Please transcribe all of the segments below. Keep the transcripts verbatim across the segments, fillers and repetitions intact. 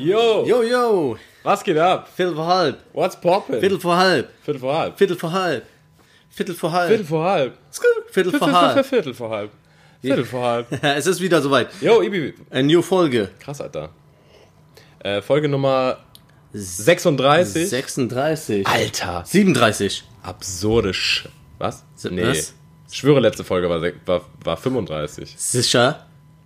Yo! Yo, yo! Was geht ab? Viertel vor halb. What's poppin'? Viertel vor halb. Viertel vor halb. Viertel vor halb. Viertel vor halb. Viertel vor halb. Viertel vor halb. Viertel vor halb. Viertel vor halb. Es ist wieder soweit. Yo, Ibi. Eine neue Folge. Krass, Alter. Äh, Folge Nummer sechsunddreißig. sechsunddreißig. Alter. siebenunddreißig. Absurdisch. Was? Nee. Was? Ich schwöre, letzte Folge war, sech- war, war fünfunddreißig. Sicher?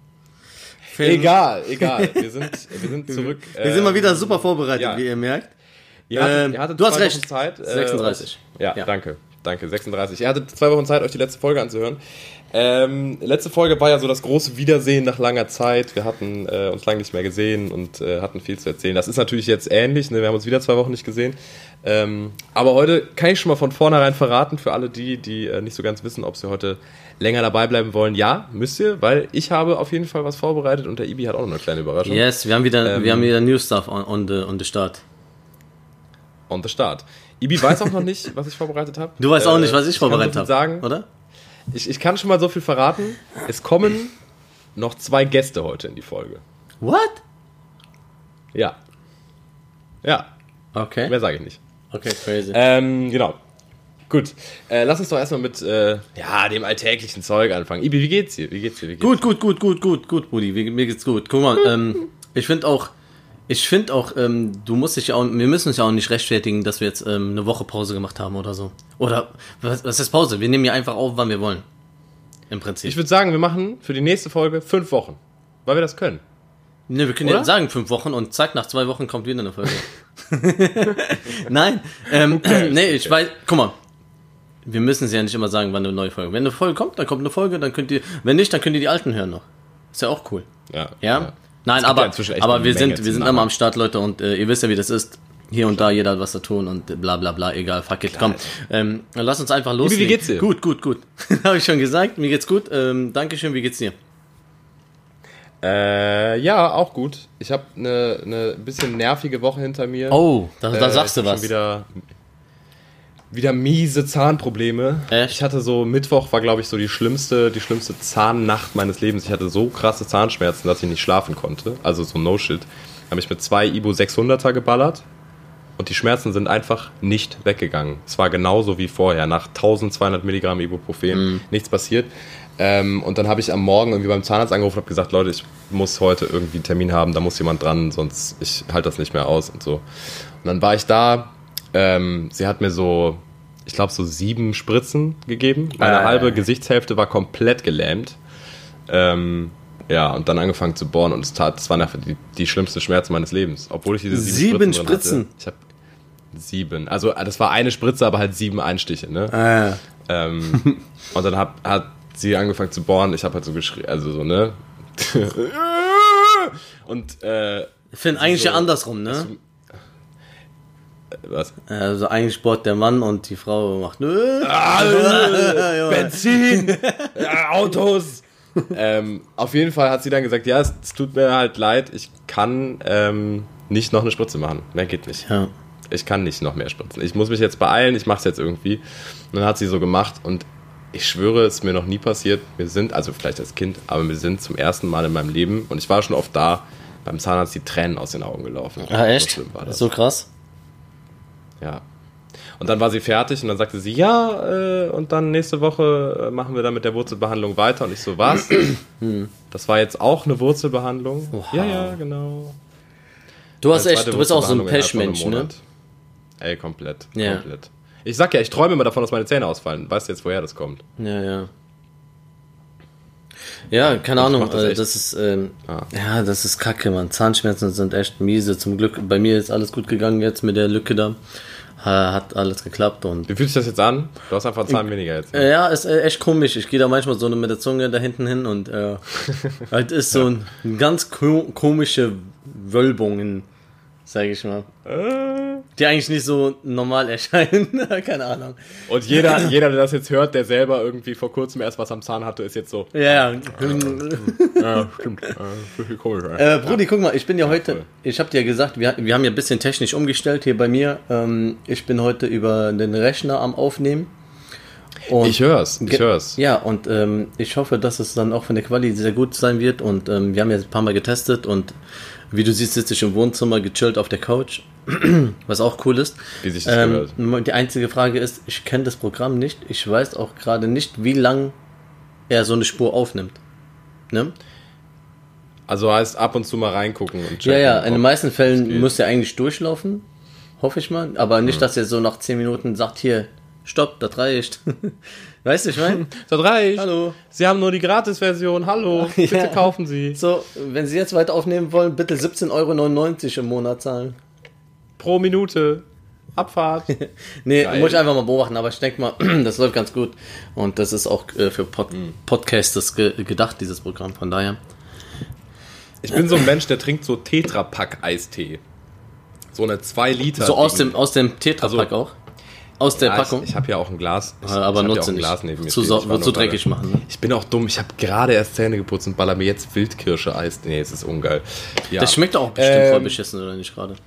Egal, egal. Wir sind, wir sind zurück. Wir sind mal wieder super vorbereitet, ja. wie ihr merkt. Ihr hattet, Ähm, ihr hattet du hast zwei recht. Wochen Zeit. Äh, sechsunddreißig. Ja, Ja. danke. Danke, sechsunddreißig. Ihr hattet zwei Wochen Zeit, euch die letzte Folge anzuhören. Ähm, letzte Folge war ja so das große Wiedersehen nach langer Zeit. Wir hatten äh, uns lange nicht mehr gesehen und äh, hatten viel zu erzählen. Das ist natürlich jetzt ähnlich. Ne? Wir haben uns wieder zwei Wochen nicht gesehen. Ähm, aber heute kann ich schon mal von vornherein verraten, für alle die, die äh, nicht so ganz wissen, ob sie heute länger dabei bleiben wollen. Ja, müsst ihr, weil ich habe auf jeden Fall was vorbereitet und der Ibi hat auch noch eine kleine Überraschung. Yes, wir haben wieder, Ähm, wir haben wieder New Stuff on, on, the, on the start. On the start. Ibi weiß auch noch nicht, was ich vorbereitet habe. Du weißt auch nicht, was ich ich kann vorbereitet so habe, viel sagen. oder? Ich, ich kann schon mal so viel verraten. Es kommen noch zwei Gäste heute in die Folge. What? Ja. Ja, Okay. mehr sage ich nicht. Okay, crazy. Ähm, genau. Gut. Äh, lass uns doch erstmal mit äh, ja, dem alltäglichen Zeug anfangen. Ibi, wie geht's dir? Wie geht's dir? Wie geht's Gut, gut, gut, gut, gut, gut, Brudi, mir mir geht's gut. Guck mal, ähm, ich finde auch, ich finde auch, ähm, du musst dich ja auch, wir müssen uns ja auch nicht rechtfertigen, dass wir jetzt ähm, eine Woche Pause gemacht haben oder so. Oder, was, was ist Pause? Wir nehmen ja einfach auf, wann wir wollen. Im Prinzip. Ich würde sagen, wir machen für die nächste Folge fünf Wochen. Weil wir das können. Ne, wir können Oder? ja sagen fünf Wochen und zack, nach zwei Wochen kommt wieder eine Folge. Nein, ähm, Okay, nee, ich okay. weiß, guck mal, wir müssen es ja nicht immer sagen, wann eine neue Folge. Wenn eine Folge kommt, dann kommt eine Folge, dann könnt ihr, wenn nicht, dann könnt ihr die alten hören noch. Ist ja auch cool. Ja. Ja? Nein, Es gibt aber, ja inzwischen echt aber eine wir Menge sind, zu wir sind machen. immer am Start, Leute, und äh, ihr wisst ja, wie das ist. Hier und da, jeder hat was zu tun und äh, bla bla bla, egal, fuck it, komm. Ähm, dann lass uns einfach loslegen. wie geht's dir? Gut, gut, gut. Habe ich schon gesagt, mir geht's gut. Ähm, Dankeschön, wie geht's dir? Äh, ja, auch gut. Ich habe eine ne bisschen nervige Woche hinter mir. Oh, da, da Äh, sagst du ich hab was. Schon wieder, wieder miese Zahnprobleme. Echt? Ich hatte so, Mittwoch war, glaube ich, so die schlimmste, die schlimmste Zahnnacht meines Lebens. Ich hatte so krasse Zahnschmerzen, dass ich nicht schlafen konnte. Also so no shit. Habe ich mit zwei Ibu sechshunderter geballert und die Schmerzen sind einfach nicht weggegangen. Es war genauso wie vorher. Nach eintausendzweihundert Milligramm Ibuprofen, nichts passiert. Ähm, und dann habe ich am Morgen irgendwie beim Zahnarzt angerufen und habe gesagt, Leute, ich muss heute irgendwie einen Termin haben, da muss jemand dran, sonst ich halte das nicht mehr aus und so. Und dann war ich da, ähm, sie hat mir so, ich glaube so sieben Spritzen gegeben. Meine Äh. halbe Gesichtshälfte war komplett gelähmt. Ähm, ja, und dann angefangen zu bohren und es tat, es waren einfach die, die schlimmsten Schmerzen meines Lebens. Obwohl ich diese sieben, Sieben Spritzen, drin Spritzen? hatte. Ich habe sieben. Also das war eine Spritze, aber halt sieben Einstiche, ne? Ah, Ähm, und dann hat, hat sie angefangen zu bohren. Ich habe halt so geschrien, also so, ne? Und, äh, ich finde eigentlich so- ja andersrum, ne? was? Also eigentlich bohrt der Mann und die Frau macht nö. Benzin! Ja, Autos! ähm, auf jeden Fall hat sie dann gesagt, ja, es, es tut mir halt leid, ich kann ähm, nicht noch eine Spritze machen. Mehr geht nicht. Ja. Ich kann nicht noch mehr spritzen. Ich muss mich jetzt beeilen, ich mache es jetzt irgendwie. Und dann hat sie so gemacht und ich schwöre, es ist mir noch nie passiert. Wir sind, also vielleicht als Kind, aber wir sind zum ersten Mal in meinem Leben und ich war schon oft da, beim Zahnarzt die Tränen aus den Augen gelaufen. Ah, echt? So schlimm war das. So krass. Ja. Und dann war sie fertig und dann sagte sie, ja, äh, und dann nächste Woche äh, machen wir dann mit der Wurzelbehandlung weiter. Und ich so, was? Das war jetzt auch eine Wurzelbehandlung? Oha. Ja, ja, genau. Du hast Meine echt, zweite du bist auch so ein Wurzelbehandlung innerhalb Pechmensch, von einem ne? Monat. Ey, komplett. Ja. Komplett. Ich sag ja, ich träume immer davon, dass meine Zähne ausfallen. Weißt du jetzt, woher das kommt? Ja, ja. Ja, keine Ahnung, mach das das, echt. das ist, ähm, Ah. ja, das ist kacke, man. Zahnschmerzen sind echt miese. Zum Glück, bei mir ist alles gut gegangen jetzt mit der Lücke da. Ha- Hat alles geklappt und Wie fühlt sich das jetzt an? Du hast einfach einen Zahn weniger jetzt. Äh, ja, ist äh, echt komisch. Ich gehe da manchmal so mit der Zunge da hinten hin und äh, halt ist so ein, ganz ko komische Wölbungen, sage ich mal. Äh. Die eigentlich nicht so normal erscheinen. Keine Ahnung. Und jeder, jeder, der das jetzt hört, der selber irgendwie vor kurzem erst was am Zahn hatte, ist jetzt so, Ja, ja. ja, stimmt, äh, komisch. Äh, Brudi, guck mal, ich bin ja heute, cool. ich habe dir ja gesagt, wir, wir haben ja ein bisschen technisch umgestellt hier bei mir. Ähm, ich bin heute über den Rechner am Aufnehmen. Und Ich hör's, ich Ge- hör's. Ja, und ähm, ich hoffe, dass es dann auch von der Qualität sehr gut sein wird. Und ähm, wir haben ja ein paar Mal getestet und Wie du siehst, sitze ich im Wohnzimmer gechillt auf der Couch, was auch cool ist. Wie sich das ähm, gehört. Die einzige Frage ist, ich kenne das Programm nicht. Ich weiß auch gerade nicht, wie lang er so eine Spur aufnimmt. Ne? Also heißt ab und zu mal reingucken und checken. Ja, ja, in den meisten Fällen geht. muss er eigentlich durchlaufen, hoffe ich mal. Aber nicht, Mhm. dass er so nach zehn Minuten sagt, hier, stopp, das reicht. Weißt du, ich meine? Das reicht. Hallo. Sie haben nur die Gratis-Version. Hallo, bitte Ja. kaufen Sie. So, wenn Sie jetzt weiter aufnehmen wollen, bitte siebzehn Euro neunundneunzig im Monat zahlen. Pro Minute. Abfahrt. Nee, Geil. muss ich einfach mal beobachten, aber ich denke mal, das läuft ganz gut. Und das ist auch äh, für Pod- Podcasters ge- gedacht, dieses Programm, von daher. Ich bin so ein Mensch, der trinkt so Tetrapack-Eistee. So eine zwei Liter. So aus dem, aus dem Tetrapack Also- auch? Aus der Ja, Packung? Ich, ich habe ja auch ein Glas. Ich, aber ich hab nutze ja auch ein nicht. Glas neben mir Zu, stehen. sau- Ich war wird zu nur bei- dreckig machen. Ne? Ich bin auch dumm. Ich habe gerade erst Zähne geputzt und baller mir jetzt Wildkirsche-Eis. Nee, es ist ungeil. Ja. Das schmeckt auch bestimmt Ähm, voll beschissen, oder nicht gerade?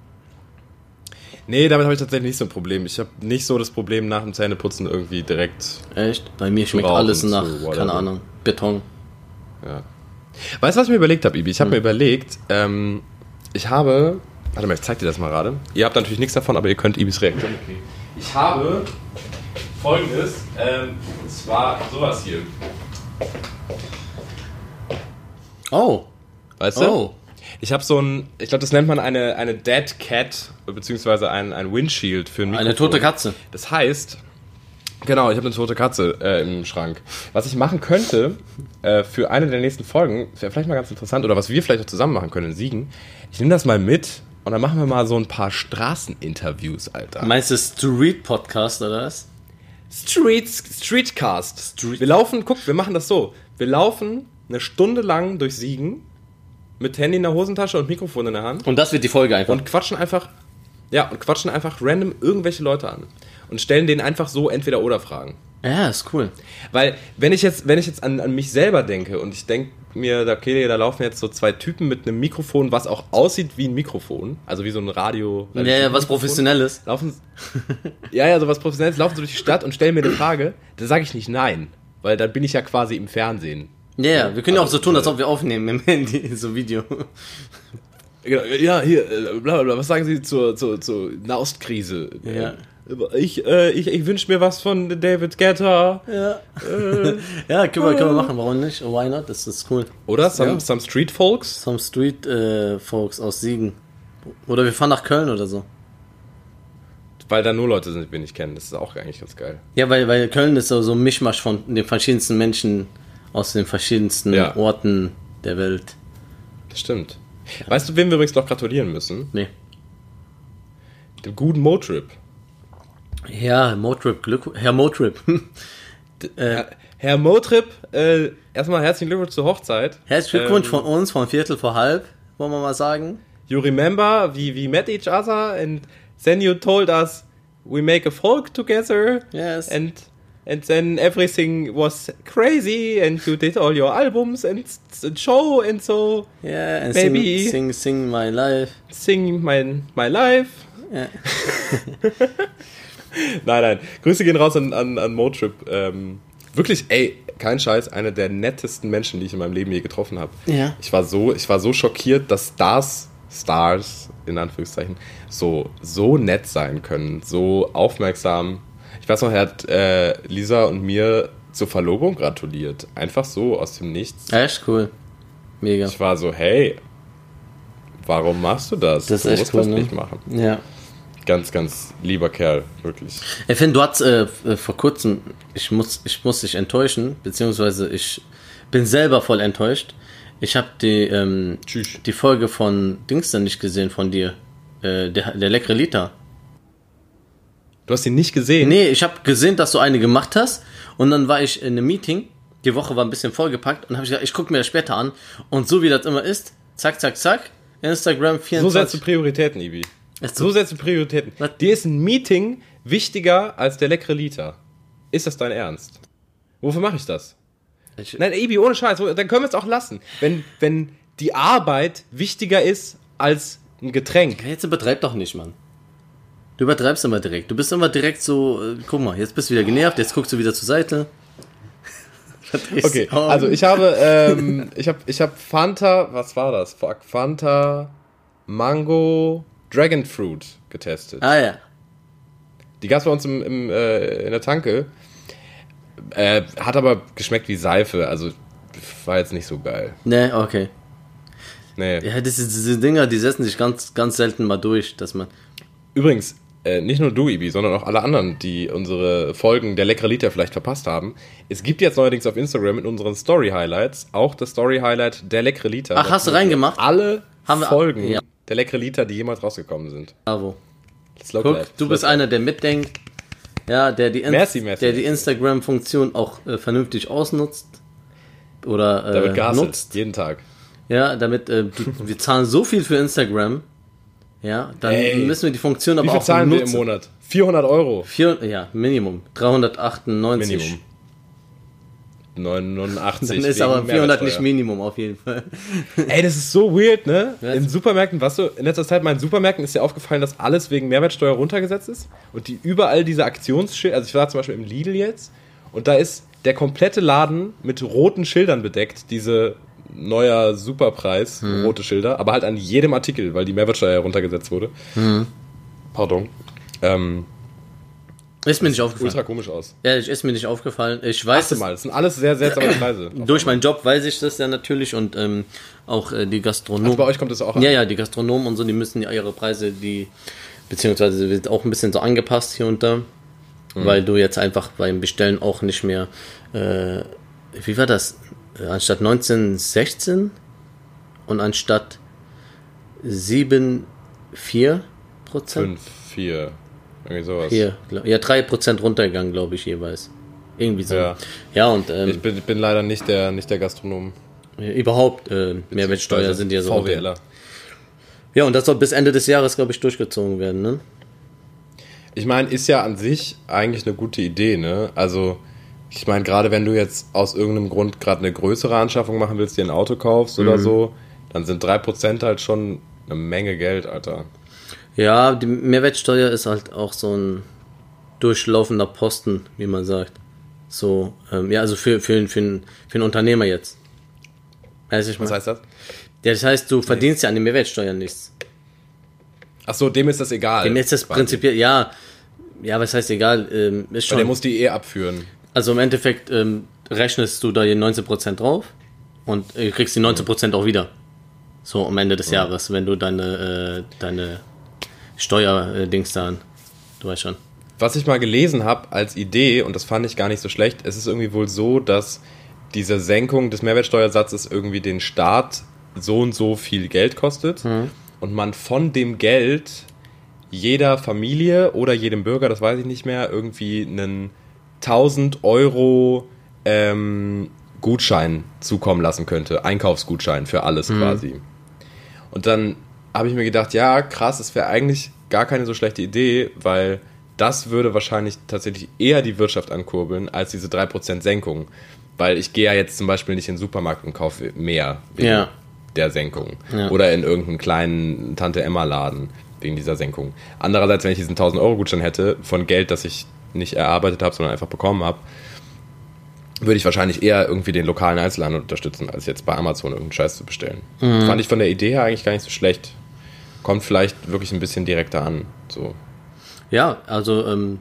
Nee, damit habe ich tatsächlich nicht so ein Problem. Ich habe nicht so das Problem, nach dem Zähneputzen irgendwie direkt. Echt? Bei mir schmeckt rauchen, alles zu nach, whatever. keine Ahnung, Beton. Ja. Weißt du, was ich mir überlegt habe, Ibi? Ich habe Hm. mir überlegt, ähm, ich habe. Warte mal, ich zeig dir das mal gerade. Ihr habt natürlich nichts davon, aber ihr könnt Ibis Reaktion kriegen. Ich habe folgendes, ähm, und zwar sowas hier. Oh, Weißt du? oh. Ich habe so ein, ich glaube, das nennt man eine, eine Dead Cat, beziehungsweise ein, ein Windshield für ein Mikrofon. Eine tote Katze. Das heißt, genau, ich habe eine tote Katze äh, im Schrank. Was ich machen könnte äh, für eine der nächsten Folgen, wäre vielleicht mal ganz interessant, oder was wir vielleicht auch zusammen machen können in Siegen, ich nehme das mal mit und dann machen wir mal so ein paar Straßeninterviews, Alter. Meinst du Street-Podcast oder was? Street, Streetcast. Street- Wir laufen, guck, wir machen das so. Wir laufen eine Stunde lang durch Siegen mit Handy in der Hosentasche und Mikrofon in der Hand Und das wird die Folge einfach. und quatschen einfach, ja, und quatschen einfach random irgendwelche Leute an und stellen denen einfach so entweder oder Fragen. Ja, ist cool. Weil, wenn ich jetzt, wenn ich jetzt an, an mich selber denke und ich denke mir, okay, da laufen jetzt so zwei Typen mit einem Mikrofon, was auch aussieht wie ein Mikrofon, also wie so ein Radio. Ja, ja, was Professionelles. Laufen, ja, ja, sowas Professionelles, laufen so durch die Stadt und stellen mir eine Frage, da sage ich nicht nein, weil dann bin ich ja quasi im Fernsehen. Ja, ja, wir können ja auch so tun, als äh, ob wir aufnehmen im Handy, so Video. Genau, ja, hier, äh, bla bla bla, was sagen Sie zur, zur, zur Nahostkrise? Ja. Ich, äh, ich, ich wünsche mir was von David Guetta. Ja. Ja, können wir, können wir machen, warum nicht? Why not? Das ist cool. Oder some, Ja. some Street Folks. Some Street äh, Folks aus Siegen. Oder wir fahren nach Köln oder so. Weil da nur Leute sind, die wir nicht kennen. Das ist auch eigentlich ganz geil. Ja, weil, weil Köln ist so, so ein Mischmasch von den verschiedensten Menschen aus den verschiedensten Ja. Orten der Welt. Das stimmt. Weißt du, wem wir übrigens noch gratulieren müssen? Nee. Dem guten Motrip. Ja, Motrip, Glück, Herr Motrip. äh, Herr Motrip, äh, erstmal herzlichen Glückwunsch zur Hochzeit. Herzlichen Glückwunsch Ähm, von uns, von Viertel vor halb, wollen wir mal sagen. You remember, we, we met each other and then you told us we make a folk together. Yes. And and then everything was crazy and you did all your albums and s- show and so Yeah, and Maybe. sing, sing, sing my life. sing my, my life. Ja. Nein, nein. Grüße gehen raus an, an, an Motrip. Ähm, wirklich, ey, kein Scheiß, einer der nettesten Menschen, die ich in meinem Leben je getroffen habe. Ja. Ich war so, ich war so schockiert, dass Stars, Stars, in Anführungszeichen, so, so nett sein können, so aufmerksam. Ich weiß noch, er hat äh, Lisa und mir zur Verlobung gratuliert. Einfach so, aus dem Nichts. Echt cool. Mega. Ich war so, hey, warum machst du das? Das ist du echt musst cool, das ne? nicht machen. Ja. Ganz, ganz lieber Kerl, wirklich. Ich finde, du hast äh, vor kurzem, ich muss, ich muss dich enttäuschen, beziehungsweise ich bin selber voll enttäuscht. Ich habe die, ähm, Tschüss. die Folge von Dings dann nicht gesehen von dir. Äh, der, der leckere Liter. Du hast ihn nicht gesehen? Nee, ich habe gesehen, dass du eine gemacht hast und dann war ich in einem Meeting. Die Woche war ein bisschen vollgepackt und habe ich gesagt, ich gucke mir das später an. Und so wie das immer ist, zack, zack, zack, Instagram So vierundzwanzig. setzt du Prioritäten, Ibi. Ist So so. setzt du Prioritäten. Was? Dir ist ein Meeting wichtiger als der leckere Liter. Ist das dein Ernst? Wofür mache ich das? Ich, Nein, Ibi, ohne Scheiß. Dann können wir es auch lassen. Wenn, wenn die Arbeit wichtiger ist als ein Getränk. jetzt übertreib doch nicht, Mann. Du übertreibst immer direkt. Du bist immer direkt so, äh, guck mal, jetzt bist du wieder genervt, jetzt guckst du wieder zur Seite. Okay, also ich habe, ähm, ich habe, ich habe Fanta, was war das? Fuck, Fanta, Mango, Dragon Fruit getestet. Ah ja. Die gab es bei uns im, im, äh, in der Tanke. Äh, hat aber geschmeckt wie Seife, also war jetzt nicht so geil. Ne, okay. Nee. Ja, das ist, diese Dinger, die setzen sich ganz, ganz selten mal durch, dass man... Übrigens, äh, nicht nur du, Ibi, sondern auch alle anderen, die unsere Folgen der leckere Liter vielleicht verpasst haben. Es gibt jetzt neuerdings auf Instagram in unseren Story-Highlights auch das Story-Highlight der leckere Liter. Ach, hast du reingemacht? Alle haben wir, Folgen ja. der leckere Liter, die jemals rausgekommen sind. Bravo. Slow Guck, clap, du slow bist clap. einer, der mitdenkt, ja, der die, In- Merci, merci, der die merci. Instagram-Funktion auch äh, vernünftig ausnutzt oder äh, Da wird gehasselt, nutzt. jeden Tag. Ja, damit äh, du, wir zahlen so viel für Instagram, ja, dann Ey, müssen wir die Funktion aber Wie viel auch zahlen wir im nutzen. Monat? vierhundert Euro. Vier, ja, Minimum. dreihundertachtundneunzig. Minimum. neunundachtzig. Dann ist wegen aber vierhundert nicht Mehrwertsteuer. Minimum auf jeden Fall. Ey, das ist so weird, ne? Was? In Supermärkten, was du, in letzter Zeit, meinen Supermärkten ist dir aufgefallen, dass alles wegen Mehrwertsteuer runtergesetzt ist und die überall diese Aktionsschilder, also ich war zum Beispiel im Lidl jetzt und da ist der komplette Laden mit roten Schildern bedeckt, diese neuer Superpreis, Hm. rote Schilder, aber halt an jedem Artikel, weil die Mehrwertsteuer runtergesetzt wurde. Hm. Pardon. Ähm, Ist mir nicht aufgefallen. ultra komisch aus. Ja, ist mir nicht aufgefallen. Ich weiß Achte es, mal, das sind alles sehr seltsame Preise. durch meinen Job weiß ich das ja natürlich und ähm, auch äh, die Gastronomen. Also bei euch kommt das auch an? Ja, ja, die Gastronomen und so, die müssen ja ihre Preise, die, beziehungsweise wird auch ein bisschen so angepasst hier und da, mhm. weil du jetzt einfach beim Bestellen auch nicht mehr, äh, wie war das, anstatt neunzehn sechzehn und anstatt sieben vier Prozent? fünf, vier, irgendwie sowas. Hier, ja, drei Prozent runtergegangen, glaube ich, jeweils. Irgendwie so. Ja. Ja, und ähm, Ich bin, bin leider nicht der, nicht der Gastronom. überhaupt äh, Mehrwertsteuer sind ja so. VWLer. Ja, und das soll bis Ende des Jahres, glaube ich, durchgezogen werden, ne? Ich meine, ist ja an sich eigentlich eine gute Idee, ne? Also, ich meine, gerade wenn du jetzt aus irgendeinem Grund gerade eine größere Anschaffung machen willst, dir ein Auto kaufst oder so, dann sind drei Prozent halt schon eine Menge Geld, Alter. Ja, die Mehrwertsteuer ist halt auch so ein durchlaufender Posten, wie man sagt. So, ähm, ja, also für, für, für, einen, für einen Unternehmer jetzt. Weiß ich mal. Was heißt das? Ja, das heißt, du verdienst ja an den Mehrwertsteuern nichts. Ach so, dem ist das egal. Dem ist das quasi. prinzipiell, ja, ja, was heißt egal, ähm, ist Weil schon. der muss die eh abführen. Also im Endeffekt ähm, rechnest du da die neunzehn Prozent drauf und äh, kriegst die neunzehn Prozent auch wieder. So am Ende des Ja. Jahres, wenn du deine, äh, deine Steuerdings da an. Du weißt schon. Was ich mal gelesen habe als Idee, und das fand ich gar nicht so schlecht, es ist irgendwie wohl so, dass diese Senkung des Mehrwertsteuersatzes irgendwie den Staat so und so viel Geld kostet Mhm. und man von dem Geld jeder Familie oder jedem Bürger, das weiß ich nicht mehr, irgendwie einen tausend Euro ähm, Gutschein zukommen lassen könnte. Einkaufsgutschein für alles quasi. Und dann habe ich mir gedacht, ja, krass, das wäre eigentlich gar keine so schlechte Idee, weil das würde wahrscheinlich tatsächlich eher die Wirtschaft ankurbeln als diese drei Prozent Senkung. Weil ich gehe ja jetzt zum Beispiel nicht in den Supermarkt und kaufe mehr wegen Ja. der Senkung. Ja. Oder in irgendeinen kleinen Tante-Emma-Laden wegen dieser Senkung. Andererseits, wenn ich diesen tausend Euro Gutschein hätte von Geld, das ich nicht erarbeitet habe, sondern einfach bekommen habe, würde ich wahrscheinlich eher irgendwie den lokalen Einzelhandel unterstützen, als jetzt bei Amazon irgendeinen Scheiß zu bestellen. Mhm. Fand ich von der Idee her eigentlich gar nicht so schlecht. Kommt vielleicht wirklich ein bisschen direkter an. So. Ja, also, ähm,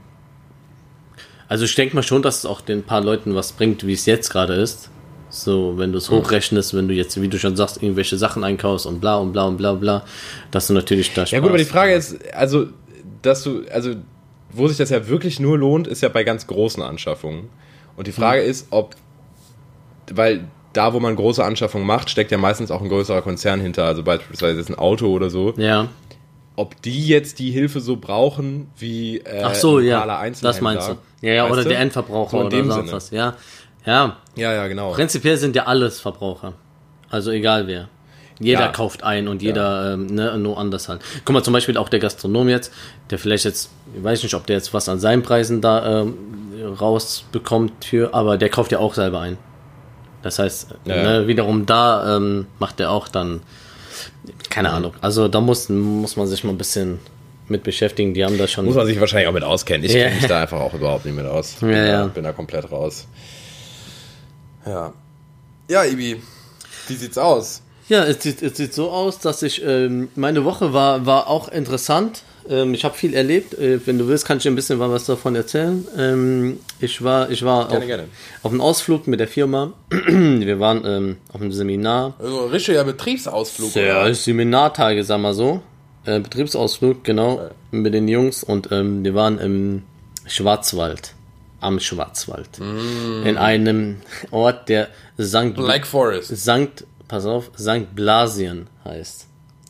also ich denke mal schon, dass es auch den paar Leuten was bringt, wie es jetzt gerade ist. So, wenn du es hochrechnest, wenn du jetzt, wie du schon sagst, irgendwelche Sachen einkaufst und bla und bla und bla bla, dass du natürlich da Ja gut, aber die Frage ist, also, dass du, also, wo sich das ja wirklich nur lohnt, ist ja bei ganz großen Anschaffungen. Und die Frage ist, ob, weil da, wo man große Anschaffungen macht, steckt ja meistens auch ein größerer Konzern hinter, also beispielsweise jetzt ein Auto oder so. Ja. Ob die jetzt die Hilfe so brauchen, wie äh, Ach so, ein ja, normaler Einzelhändler. das meinst du. Ja, ja, Weißt oder du? der Endverbraucher So in oder dem sonst Sinne. was. Ja, ja. Ja, ja, genau. Prinzipiell sind ja alles Verbraucher. Also egal wer. Jeder Ja. kauft ein und jeder, ähm, ne, nur anders halt. Guck mal, zum Beispiel auch der Gastronom jetzt, der vielleicht jetzt, ich weiß nicht, ob der jetzt was an seinen Preisen da ähm, rausbekommt für, aber der kauft ja auch selber ein. Das heißt, Ja, ne, ja. wiederum da ähm, macht er auch dann, keine Ahnung. Also da muss, muss man sich mal ein bisschen mit beschäftigen. Die haben da schon. Muss man sich wahrscheinlich auch mit auskennen. Ich Ja. kenne mich da einfach auch überhaupt nicht mit aus. Ja, bin, ja. Da, bin da komplett raus. Ja. Ja, Ibi, wie sieht's aus? Ja, es sieht, es sieht so aus, dass ich, ähm, meine Woche war, war auch interessant. Ähm, ich habe viel erlebt. Äh, wenn du willst, kann ich dir ein bisschen was davon erzählen. Ähm, ich war, ich war Gerne, auf, gerne. auf einem Ausflug mit der Firma. Wir waren ähm, auf einem Seminar. Also ein richtiger Betriebsausflug, Ja, oder? Seminartage, sag mal so. Äh, Betriebsausflug, genau, Ja. mit den Jungs. Und ähm, wir waren im Schwarzwald. Am Schwarzwald. Mm. In einem Ort, der Sankt Black Forest. Sankt, pass auf, Sankt Blasien heißt.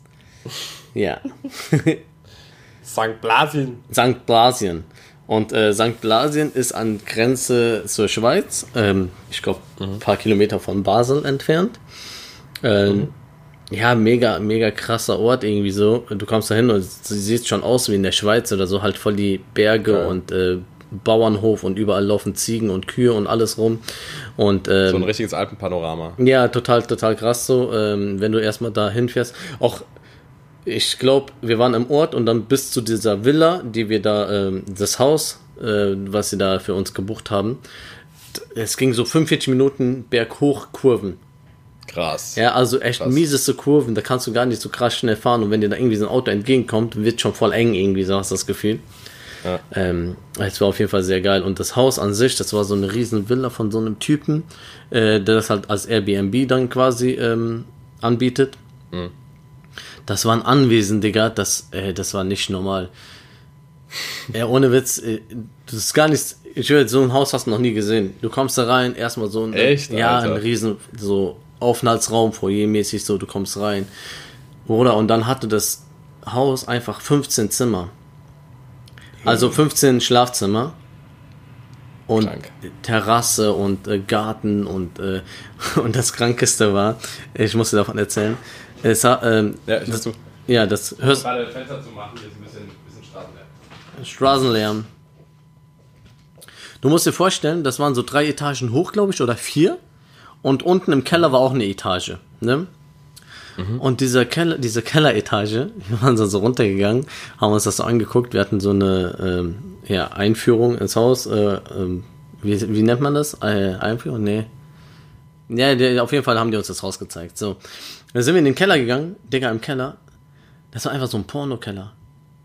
Ja. Sankt Blasien. Sankt Blasien. Und äh, Sankt Blasien ist an Grenze zur Schweiz. Ähm, ich glaube, ein paar Kilometer von Basel entfernt. Ähm, mhm. Ja, mega, mega krasser Ort irgendwie so. Du kommst da hin und sie sieht schon aus wie in der Schweiz oder so. Halt voll die Berge ja. und äh, Bauernhof und überall laufen Ziegen und Kühe und alles rum. Und, ähm, so ein richtiges Alpenpanorama. Ja, total, total krass so. Ähm, wenn du erstmal da hinfährst. Auch, ich glaube, wir waren im Ort und dann bis zu dieser Villa, die wir da, ähm, das Haus, äh, was sie da für uns gebucht haben. Es ging so fünfundvierzig Minuten berghoch Kurven. Krass. Ja, also echt krass. mieseste Kurven, da kannst du gar nicht so krass schnell fahren und wenn dir da irgendwie so ein Auto entgegenkommt, wird schon voll eng irgendwie, so hast du das Gefühl. Ja. Ähm, es war auf jeden Fall sehr geil. Und das Haus an sich, das war so eine riesen Villa von so einem Typen, äh, der das halt als Airbnb dann quasi ähm, anbietet. Mhm. Das war ein Anwesen, Digga, das, äh, das war nicht normal. Ja, ohne Witz, äh, das ist gar nichts, ich höre, so ein Haus hast du noch nie gesehen. Du kommst da rein, erstmal so ein, Echt, ja, Alter? ein riesen, so Aufenthaltsraum, foyermäßig so, du kommst rein. Oder, und dann hatte das Haus einfach fünfzehn Zimmer. Also fünfzehn Schlafzimmer und Krank. Terrasse und äh, Garten und äh, und das Krankeste war, ich muss dir davon erzählen, es hat, ähm, ja, ich das, du. ja, das hörst gerade Fenster zu machen, hier ist ein bisschen, bisschen Straßenlärm. Straßenlärm. Du musst dir vorstellen, das waren so drei Etagen hoch, glaube ich, oder vier und unten im Keller war auch eine Etage, ne? Mhm. Und dieser Keller, diese Kelleretage, wir waren so runtergegangen, haben uns das so angeguckt, wir hatten so eine ähm, ja, Einführung ins Haus, äh, ähm, wie, wie nennt man das? Äh, Einführung? Nee. Ja, der, auf jeden Fall haben die uns das Haus gezeigt. So, dann sind wir in den Keller gegangen, Digga, im Keller, das war einfach so ein Pornokeller.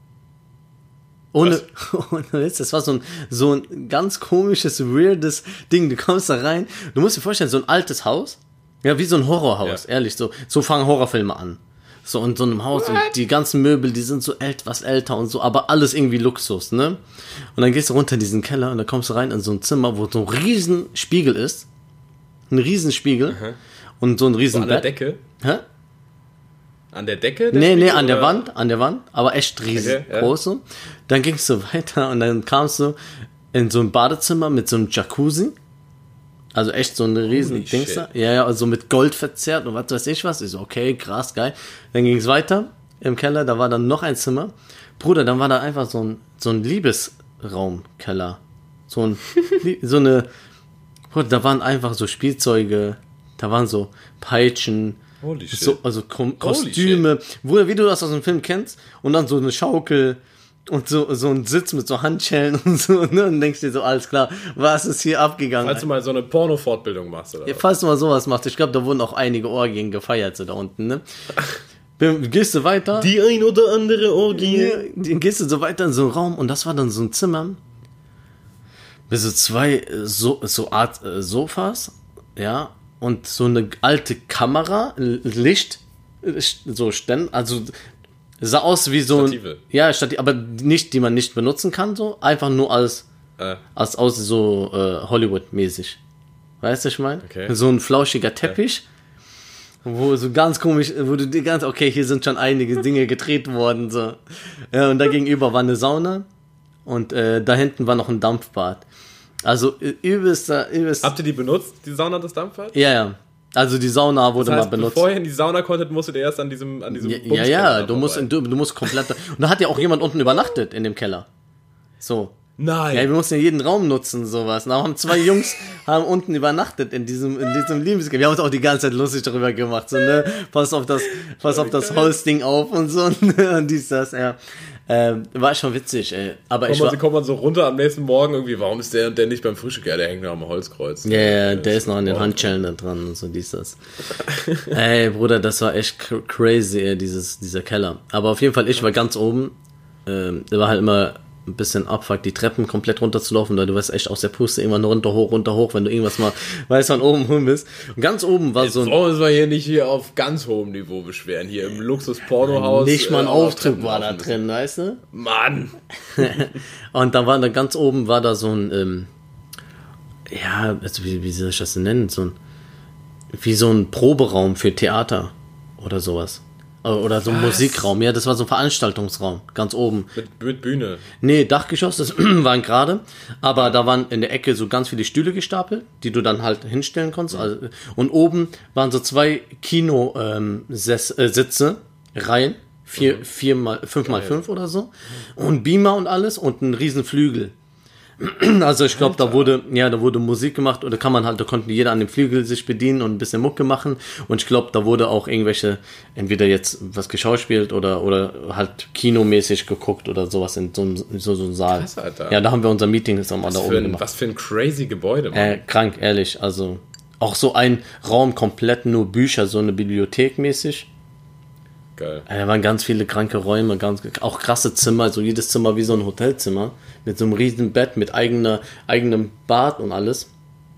Ohne, ohne Witz, das war so ein, so ein ganz komisches, weirdes Ding, du kommst da rein, du musst dir vorstellen, so ein altes Haus, ja, wie so ein Horrorhaus, ja. Ehrlich, so, so fangen Horrorfilme an. So in so einem Haus What? Und die ganzen Möbel, die sind so etwas älter und so, aber alles irgendwie Luxus, ne? Und dann gehst du runter in diesen Keller und dann kommst du rein in so ein Zimmer, wo so ein riesen Spiegel ist. Ein riesen Spiegel. Mhm. Und so ein riesen so an Bett. der Decke? Hä? An der Decke? Der nee, Spiegel, nee, an oder? der Wand, an der Wand, aber echt riesig, okay, groß so. Dann gingst du weiter und dann kamst du in so ein Badezimmer mit so einem Jacuzzi. Also echt so eine riesen Dings da. Ja, ja, also mit Gold verzerrt und was weiß ich was. Ich so, okay, krass, geil. Dann ging es weiter im Keller, da war dann noch ein Zimmer. Bruder, dann war da einfach so ein, so ein Liebesraumkeller. So ein, so eine, Bruder, da waren einfach so Spielzeuge, da waren so Peitschen, Holy shit. So, also Kom- Kostüme, Bruder, wie du das aus dem Film kennst. Und dann so eine Schaukel. Und so, so ein Sitz mit so Handschellen und so, ne? Und denkst dir so, alles klar, was ist hier abgegangen? Falls du mal so eine Porno-Fortbildung machst, oder ja, was? falls du mal sowas machst, ich glaube, da wurden auch einige Orgien gefeiert, so da unten, ne? Gehst du weiter? Die ein oder andere Orgie. Dann gehst du so weiter in so einen Raum und das war dann so ein Zimmer. Mit so zwei, so, so Art äh, Sofas, ja, und so eine alte Kamera, Licht, so Ständer, also sah aus wie so Stative. ein, ja, Stativ, aber nicht, die man nicht benutzen kann, so, einfach nur als, äh. als aus so äh, Hollywood-mäßig. Weißt du, ich meine? Okay. So ein flauschiger Teppich, ja. Wo so ganz komisch, wo du dir ganz, okay, hier sind schon einige Dinge gedreht worden, so. Ja, und da gegenüber war eine Sauna und äh, da hinten war noch ein Dampfbad. Also übelster, übelst. Habt ihr die benutzt, die Sauna, das Dampfbad? Ja, ja. Also die Sauna wurde das heißt, mal benutzt. Bevor ihr in die Sauna konntet, musstet ihr erst an diesem an diesem Ja, ja, ja du musst, du, du musst komplett... Und da hat ja auch jemand unten übernachtet in dem Keller. So. Nein. Ja, wir mussten ja jeden Raum nutzen, sowas. Und da haben zwei Jungs haben unten übernachtet in diesem, in diesem Liebesgefängnis. Wir haben uns auch die ganze Zeit lustig darüber gemacht, so, ne, pass auf das, pass auf das Holzding auf und so, und dies, das, ja. Ähm, war schon witzig, ey. Aber ich Kommt war, man, kommt man so runter am nächsten Morgen irgendwie, warum ist der und der nicht beim Frühstück? Ja, der hängt noch am Holzkreuz. ja, ja, der ist noch an den Handschellen da dran und so, dies, das. Ey, Bruder, das war echt cr- crazy, ey, dieses, dieser Keller. Aber auf jeden Fall, ich war ganz oben, ähm, der war halt immer ein bisschen Abfuck, die Treppen komplett runterzulaufen, weil du weißt echt aus der Puste irgendwann runter, hoch, runter, hoch, wenn du irgendwas mal, weißt, von oben rum bist. Und ganz oben war Jetzt so ein... brauchen wir uns mal hier nicht hier auf ganz hohem Niveau beschweren, hier im Luxus-Pornohaus. Nicht mal ein äh, Aufzug war da drin, weißt du? Mann! Und da war da ganz oben war da so ein, ähm, ja, also wie, wie soll ich das denn nennen? So ein, wie so ein Proberaum für Theater oder sowas. Oder so ein Was? Musikraum. Ja, das war so ein Veranstaltungsraum, ganz oben. Mit, mit Bühne. Nee, Dachgeschoss, das waren gerade, aber da waren in der Ecke so ganz viele Stühle gestapelt, die du dann halt hinstellen konntest. Also, und oben waren so zwei Kino-Sitze, äh, Reihen, vier, vier mal, fünf mal fünf oder so. Und Beamer und alles und ein riesen Flügel. Also ich glaube, da wurde, ja, da wurde Musik gemacht oder kann man halt, da konnten jeder an dem Flügel sich bedienen und ein bisschen Mucke machen. Und ich glaube, da wurde auch irgendwelche, entweder jetzt was geschauspielt oder, oder halt kinomäßig geguckt oder sowas in so einem so, so einem Saal. Krass, Alter. Ja, da haben wir unser Meeting jetzt auch mal Was da für, oben ein, gemacht. was für ein crazy Gebäude, Mann. Äh, krank, ehrlich. Also auch so ein Raum komplett nur Bücher, so eine Bibliothek mäßig. Geil. Äh, Da waren ganz viele kranke Räume, ganz, auch krasse Zimmer, also jedes Zimmer wie so ein Hotelzimmer, mit so einem riesen Bett, mit eigener, eigenem Bad und alles.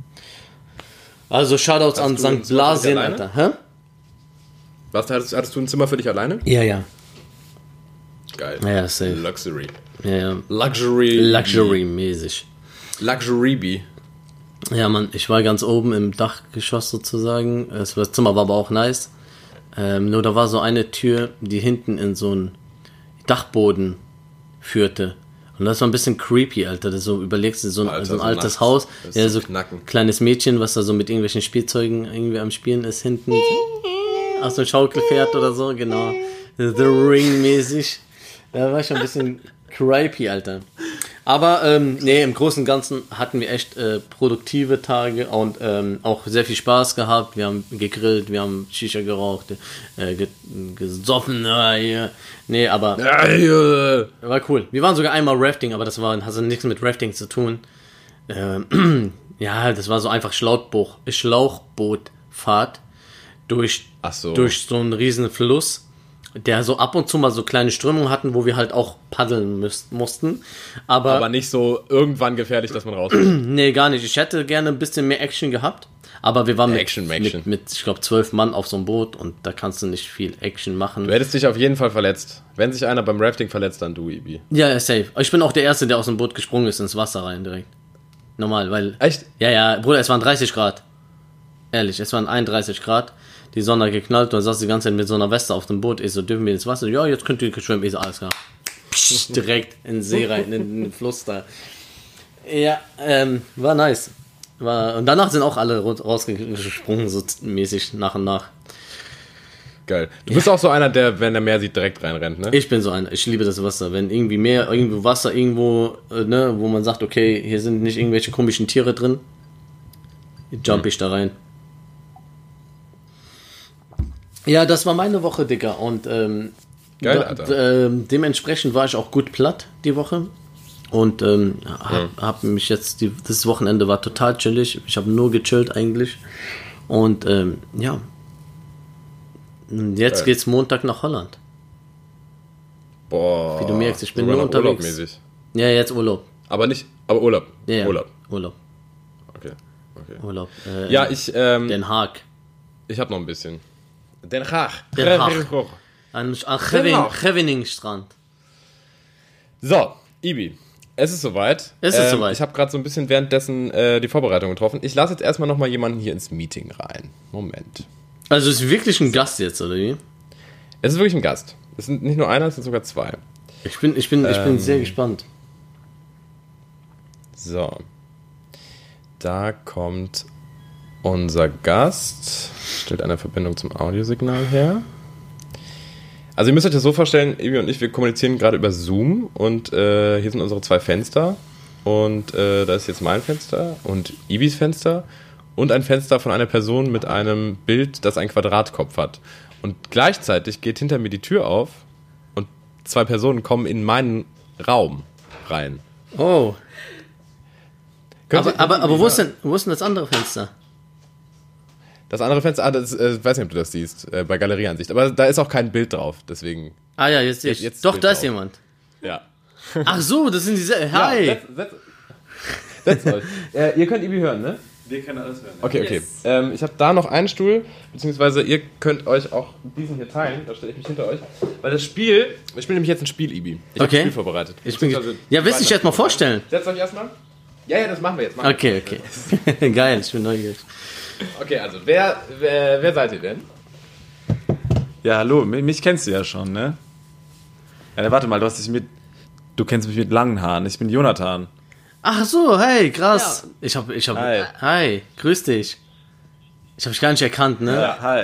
Also Shoutouts Hast an du ein Sankt Zimmer für dich Blasien, alleine? Alter. Hä? Was, hattest, hattest du ein Zimmer für dich alleine? Ja, ja. Geil. Ja, safe. Luxury. Ja, ja. Luxury. Luxury-mäßig. Luxury B. Ja, Mann, ich war ganz oben im Dachgeschoss sozusagen. Das war- das Zimmer war aber auch nice. Ähm, nur da war so eine Tür, die hinten in so einen Dachboden führte. Und das war ein bisschen creepy, Alter. Das so überlegst du, so ein, Alter, so ein so altes nachts. Haus, Das ist ja, so so knacken. kleines Mädchen, was da so mit irgendwelchen Spielzeugen irgendwie am Spielen ist, hinten auf so ein Schaukelpferd oder so, genau. The Ring-mäßig. Da war schon ein bisschen creepy, Alter. Aber ähm, nee, im Großen und Ganzen hatten wir echt äh, produktive Tage und ähm, auch sehr viel Spaß gehabt. Wir haben gegrillt, wir haben Shisha geraucht, äh, ge gesoffen. Äh, hier. Nee, aber Ja, ja. war cool. Wir waren sogar einmal Rafting, aber das war, hatte nichts mit Rafting zu tun. Ähm, ja, das war so einfach Schlauchboot, Schlauchbootfahrt durch, Ach so. durch so einen riesen Fluss, der so ab und zu mal so kleine Strömungen hatten, wo wir halt auch paddeln müsst, mussten. Aber, Aber nicht so irgendwann gefährlich, dass man rauskommt. nee, gar nicht. Ich hätte gerne ein bisschen mehr Action gehabt. Aber wir waren mit, Action, mit, Action. mit, ich glaube, zwölf Mann auf so einem Boot und da kannst du nicht viel Action machen. Du hättest dich auf jeden Fall verletzt. Wenn sich einer beim Rafting verletzt, dann du, Ibi. Ja, safe. Ich bin auch der Erste, der aus dem Boot gesprungen ist ins Wasser rein direkt. Normal, weil... Echt? Ja, ja, Bruder, es waren dreißig Grad. Ehrlich, es waren einunddreißig Grad. Die Sonne hat geknallt und dann saß die ganze Zeit mit so einer Weste auf dem Boot. Ich so, dürfen wir ins Wasser? Ja, jetzt könnt ihr schwimmen. Ich so, alles klar. Psch, direkt in den See rein, in den Fluss da. Ja, ähm, war nice. War, und danach sind auch alle ru- rausgesprungen, so mäßig nach und nach. Geil. Du bist auch so einer, der, wenn er Meer sieht, direkt reinrennt, ne? Ich bin so einer, ich liebe das Wasser. Wenn irgendwie Meer, irgendwo Wasser, irgendwo, äh, ne, wo man sagt, okay, hier sind nicht irgendwelche komischen Tiere drin, jump ich da rein. Ja, das war meine Woche, Digga. Und ähm, Geil, da, Alter. d- ähm, dementsprechend war ich auch gut platt die Woche. Und ähm, hab, hab mich jetzt, die, das Wochenende war total chillig. Ich habe nur gechillt eigentlich. Und ähm, ja. Und jetzt Geil. geht's Montag nach Holland. Boah. Wie du merkst, ich bin sogar nur noch unterwegs. urlaubmäßig. Ja, jetzt Urlaub. Aber nicht, aber Urlaub. Ja, ja. Urlaub. Urlaub. Okay. okay. Urlaub. Äh, Ja, ich, ähm, Den Haag. ich hab noch ein bisschen. Den Haag. Den Haag. An, an Gevin, Haag. Geveningstrand. So, Ibi. Es ist soweit. Es ist soweit. Ich habe gerade so ein bisschen währenddessen äh, die Vorbereitung getroffen. Ich lasse jetzt erstmal nochmal jemanden hier ins Meeting rein. Moment. Also ist wirklich ein Gast jetzt, oder wie? Es ist wirklich ein Gast. Es sind nicht nur einer, es sind sogar zwei. Ich bin, ich bin, ich bin Ähm. sehr gespannt. So. Da kommt unser Gast. Stellt eine Verbindung zum Audiosignal her. Also ihr müsst euch das so vorstellen, Ibi und ich, wir kommunizieren gerade über Zoom und äh, hier sind unsere zwei Fenster und äh, da ist jetzt mein Fenster und Ibis Fenster und ein Fenster von einer Person mit einem Bild, das einen Quadratkopf hat. Und gleichzeitig geht hinter mir die Tür auf und zwei Personen kommen in meinen Raum rein. Oh. Könnt Aber, ihr- aber, aber wo, ist denn, wo ist denn das andere Fenster? Das andere Fenster, ah, das, äh, weiß nicht, ob du das siehst, äh, bei Galerieansicht. Aber da ist auch kein Bild drauf, deswegen, Ah ja, jetzt, jetzt, Jetzt- jetzt doch, Bild da ist drauf. jemand. ja. Ach so, das sind diese. Hi. Ja, setz, setz, setzt euch. Äh, ihr könnt Ibi hören, ne? Wir können alles hören. Okay, okay. Yes. Ähm, ich habe da noch einen Stuhl, beziehungsweise ihr könnt euch auch diesen hier teilen. Da stelle ich mich hinter euch. Weil das Spiel, wir spielen nämlich jetzt ein Spiel, Ibi. Ich habe Okay. ein Spiel vorbereitet. Ich bin Beziehungsweise ja, willst du dich die jetzt mal beiden- vorstellen? Setzt euch erstmal. Ja, ja, das machen wir jetzt. Machen Okay, okay. Geil, ich bin neugierig. wir. Okay, also, wer, wer, wer seid ihr denn? Ja, hallo, mich, mich kennst du ja schon, ne? Ja, warte mal, du hast dich mit. Du kennst mich mit langen Haaren. Ich bin Jonathan. Ach so, hey, krass. Ja. Ich hab, ich hab, Hi. hi, grüß dich. Ich hab dich gar nicht erkannt, ne? Ja, hi.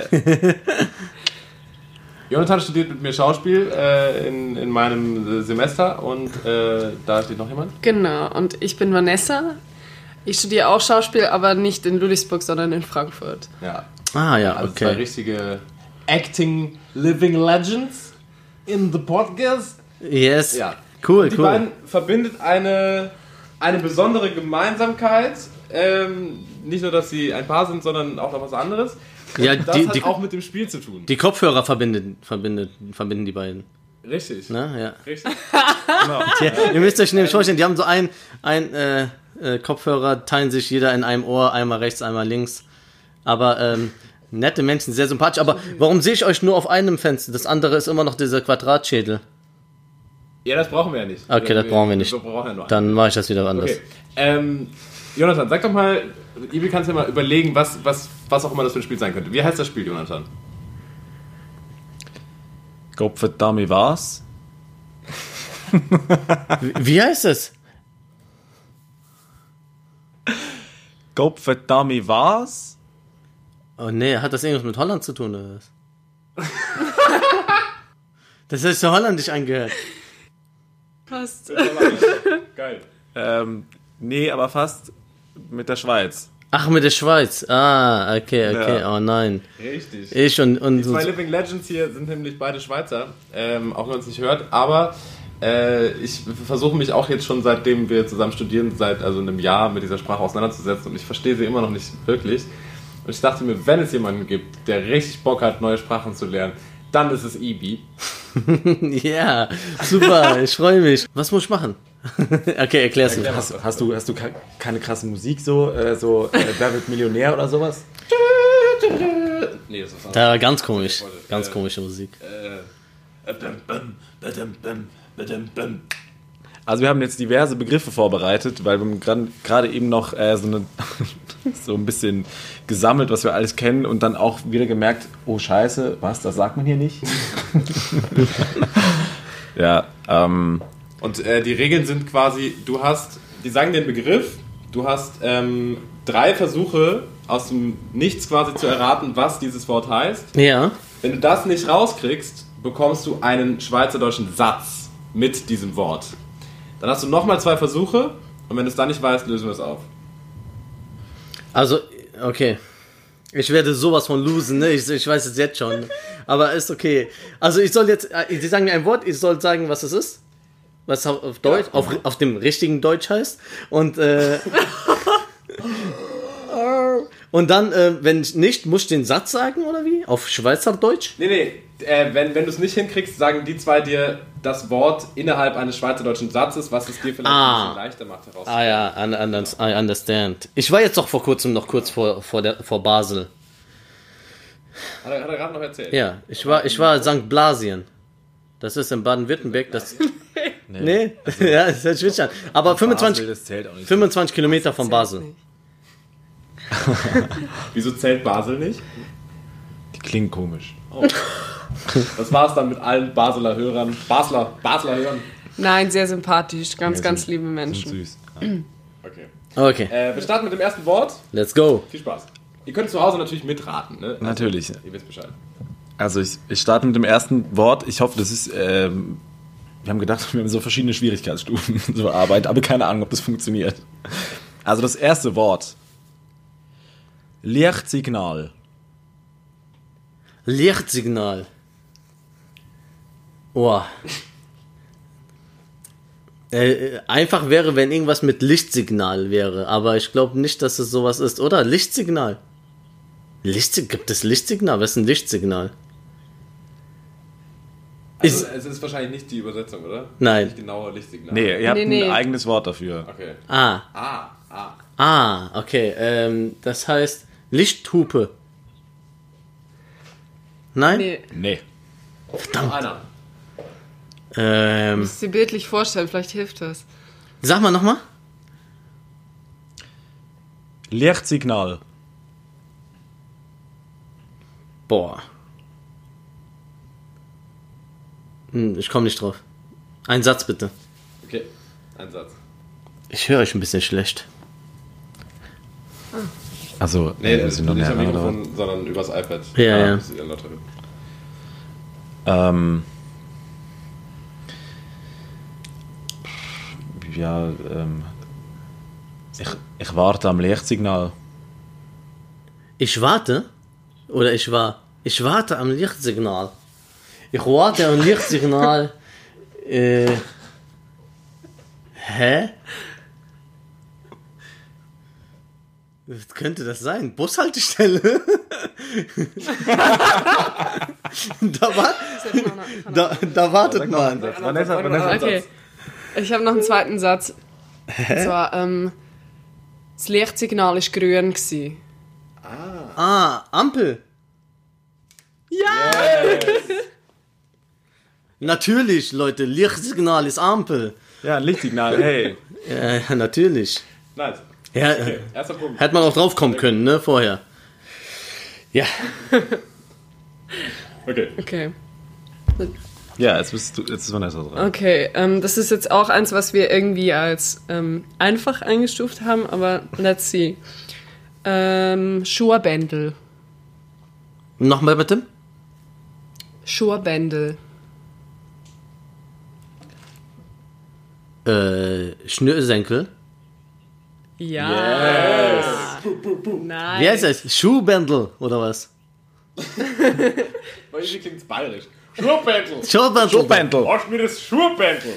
Jonathan studiert mit mir Schauspiel äh, in, in meinem äh, Semester und äh, da steht noch jemand. Genau, und ich bin Vanessa. Ich studiere auch Schauspiel, aber nicht in Ludwigsburg, sondern in Frankfurt. Ja. Ah ja, Also zwei okay. richtige Acting Living Legends in the Podcast. Yes. Ja. Cool, Die cool. beiden verbindet eine, eine besondere Gemeinsamkeit. Ähm, nicht nur, dass sie ein Paar sind, sondern auch noch was anderes. Ja, Das die, hat die, auch mit dem Spiel zu tun. die Kopfhörer verbindet, verbindet, verbinden die beiden. Richtig. Ne? Ja. Richtig. Die, ihr müsst euch nämlich vorstellen, die haben so ein, ein äh, äh, Kopfhörer, teilen sich jeder in einem Ohr, einmal rechts, einmal links. Aber ähm, nette Menschen, sehr sympathisch. Aber warum sehe ich euch nur auf einem Fenster? Das andere ist immer noch dieser Quadratschädel. Ja, das brauchen wir ja nicht. Okay, das brauchen wir nicht. Wir brauchen ja nur einen. Dann mache ich das wieder anders. Okay. Ähm, Jonathan, sag doch mal, Ibi, kannst du ja mal überlegen, was, was, was auch immer das für ein Spiel sein könnte. Wie heißt das Spiel, Jonathan? Gottverdammt was? Wie, wie heißt es? Gottverdammt was? Oh nee, hat das irgendwas mit Holland zu tun oder was? Das heißt so holländisch angehört. Passt. Geil. Ähm, nee, aber fast mit der Schweiz. Ach, mit der Schweiz. Ah, okay, okay. Ja. Oh nein. Richtig. Ich und, und Die zwei Living Legends hier sind nämlich beide Schweizer, ähm, auch wenn man es nicht hört, aber äh, ich versuche mich auch jetzt schon, seitdem wir zusammen studieren, seit also einem Jahr mit dieser Sprache auseinanderzusetzen und ich verstehe sie immer noch nicht wirklich. Und ich dachte mir, wenn es jemanden gibt, der richtig Bock hat, neue Sprachen zu lernen, dann ist es Ibi. Ja, super, ich freue mich. Was muss ich machen? Okay, erklär's mir. Hast, hast du, hast du ke- keine krasse Musik, so, äh, so äh, Wer wird Millionär oder sowas? Nee, das ist was Da war ganz komisch. Ganz komische Musik. Also wir haben jetzt diverse Begriffe vorbereitet, weil wir haben gerade eben noch äh, so, eine, so ein bisschen gesammelt, was wir alles kennen und dann auch wieder gemerkt, oh Scheiße, was, das sagt man hier nicht? Ja, ähm... Und äh, die Regeln sind quasi, du hast, die sagen den Begriff, du hast ähm, drei Versuche aus dem Nichts quasi zu erraten, was dieses Wort heißt. Ja. Wenn du das nicht rauskriegst, bekommst du einen schweizerdeutschen Satz mit diesem Wort. Dann hast du nochmal zwei Versuche und wenn du es dann nicht weißt, lösen wir es auf. Also, okay. Ich werde sowas von losen, ne? Ich, ich weiß es jetzt schon. Aber ist okay. Also ich soll jetzt, äh, Sie sagen mir ein Wort, ich soll sagen, was es ist. Was auf auf Deutsch, auf, auf dem richtigen Deutsch heißt. Und, äh, und dann, äh, wenn ich nicht, muss ich den Satz sagen, oder wie? Auf Schweizerdeutsch? Nee, nee, äh, wenn, wenn du es nicht hinkriegst, sagen die zwei dir das Wort innerhalb eines schweizerdeutschen Satzes, was es dir vielleicht Ah. ein bisschen leichter macht heraus. Ah ja, un, un, I understand. Ich war jetzt doch vor kurzem noch kurz vor, vor, der, vor Basel. Hat er, hat er gerade noch erzählt? Ja, ich war, ich war Sankt Blasien. Das ist in Baden-Württemberg. Das, nee, ja, das hört sich witzig an. Aber fünfundzwanzig, Basel, das zählt auch nicht. fünfundzwanzig Kilometer von Basel. Wieso zählt Basel nicht? Die klingen komisch. Das war's dann mit allen Basler Hörern. Basler, Basler Hörern. Nein, sehr sympathisch. Ganz, Ja, ganz sind- liebe Sind Menschen. süß. Okay. Okay, Äh, wir starten mit dem ersten Wort. let's go. Viel Spaß. Ihr könnt zu Hause natürlich mitraten, ne? Also, Natürlich. Ihr wisst Bescheid. Also ich, ich starte mit dem ersten Wort. Ich hoffe, das ist ähm, wir haben gedacht, wir haben so verschiedene Schwierigkeitsstufen zur Arbeit, aber keine Ahnung, ob das funktioniert. Also das erste Wort. Lichtsignal. Lichtsignal. Oh. Äh, einfach wäre, wenn irgendwas mit Lichtsignal wäre, aber ich glaube nicht, dass es sowas ist, oder? Lichtsignal. Licht, gibt es Lichtsignal? Was ist ein Lichtsignal? Also, Ist- es ist wahrscheinlich nicht die Übersetzung, oder? Nein. Nicht genauer Lichtsignal. Nee, ihr habt Nee, nee. ein eigenes Wort dafür. Okay. Ah, Ah, ah. ah, okay. Ähm, das heißt Lichthupe. Nein? Nee, Nee. Noch einer. Ähm, musst du dir bildlich vorstellen, vielleicht hilft das. sag mal nochmal. Lichtsignal. Boah. Hm, ich komme nicht drauf. Ein Satz bitte. Okay, ein Satz. Ich höre euch ein bisschen schlecht. Also, Nee, äh, das ist sind noch nicht am mehrere, oder? Mikrofon, sondern übers iPad. Ja, ja. Das ist lauter wird. Ähm, ja, ähm, ich, ich warte am Lichtsignal. Ich warte? Oder ich war. Ich warte am Lichtsignal. Ich warte am Lichtsignal. äh. Hä? Was könnte das sein? Bushaltestelle? da, war, da, da wartet man. Vanessa, Vanessa, Okay. Ich habe noch einen zweiten Satz. Und zwar, ähm, das Lichtsignal war grün. Gewesen. Ah, Ampel. Ja! Natürlich, Leute, Lichtsignal ist Ampel. Ja, ein Lichtsignal, hey. Ja, natürlich. Nice. Ja, Okay, erster Punkt. hätte man auch drauf kommen können, ne, vorher. Ja. Okay. Okay. Ja, jetzt bist du, jetzt ist Vanessa dran. Okay, ähm, das ist jetzt auch eins, was wir irgendwie als ähm, einfach eingestuft haben, aber let's see. Ähm, Schuhbändel. Nochmal bitte. Schuhbändel. Äh, Schnürsenkel. Ja. Yes. Nein. Wie heißt das? Schuhbändel, oder was? Irgendwie klingt es bayerisch. Schuhbändel. Schuhbändel. Schuhbändel. Wasch mir das Schuhbändel.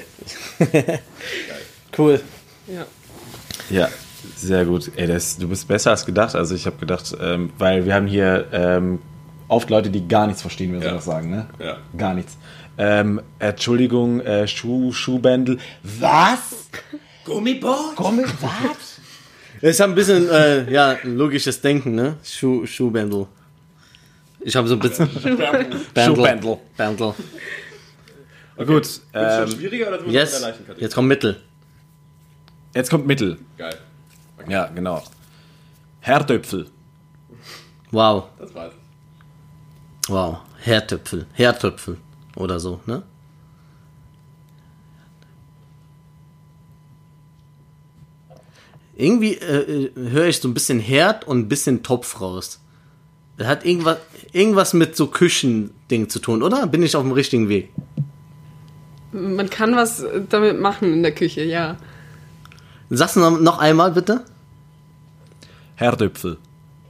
Cool. Ja. Ja, sehr gut. Ey, das, du bist besser als gedacht. Also ich habe gedacht, ähm, weil wir haben hier ähm, oft Leute, die gar nichts verstehen, wenn sie Ja. das sagen, ne? Ja. Gar nichts. Ähm, Entschuldigung, äh, Schuh, Schuhbändel. Was? Gummiband? Gummiband? Was? Es hat ein bisschen, äh, ja, ein logisches Denken, ne? Schuh, Schuhbändel. Ich habe so ein bisschen... Bändel. Schuhbändel. Bändel. Gut, Wird es ähm, schon schwieriger oder sind wir Yes. in der leichten Kategorie? Jetzt kommt Mittel. jetzt kommt Mittel. Geil. Ja, genau. Herdöpfel. Wow. Das war's. Wow. Herdöpfel. Herdöpfel. Oder so, ne? Irgendwie äh, äh, höre ich so ein bisschen Herd und ein bisschen Topf raus. Das hat irgendwas, irgendwas mit so Küchending zu tun, oder? Bin ich auf dem richtigen Weg? Man kann was damit machen in der Küche, ja. Sagst du noch, noch einmal bitte? Herdöpfel.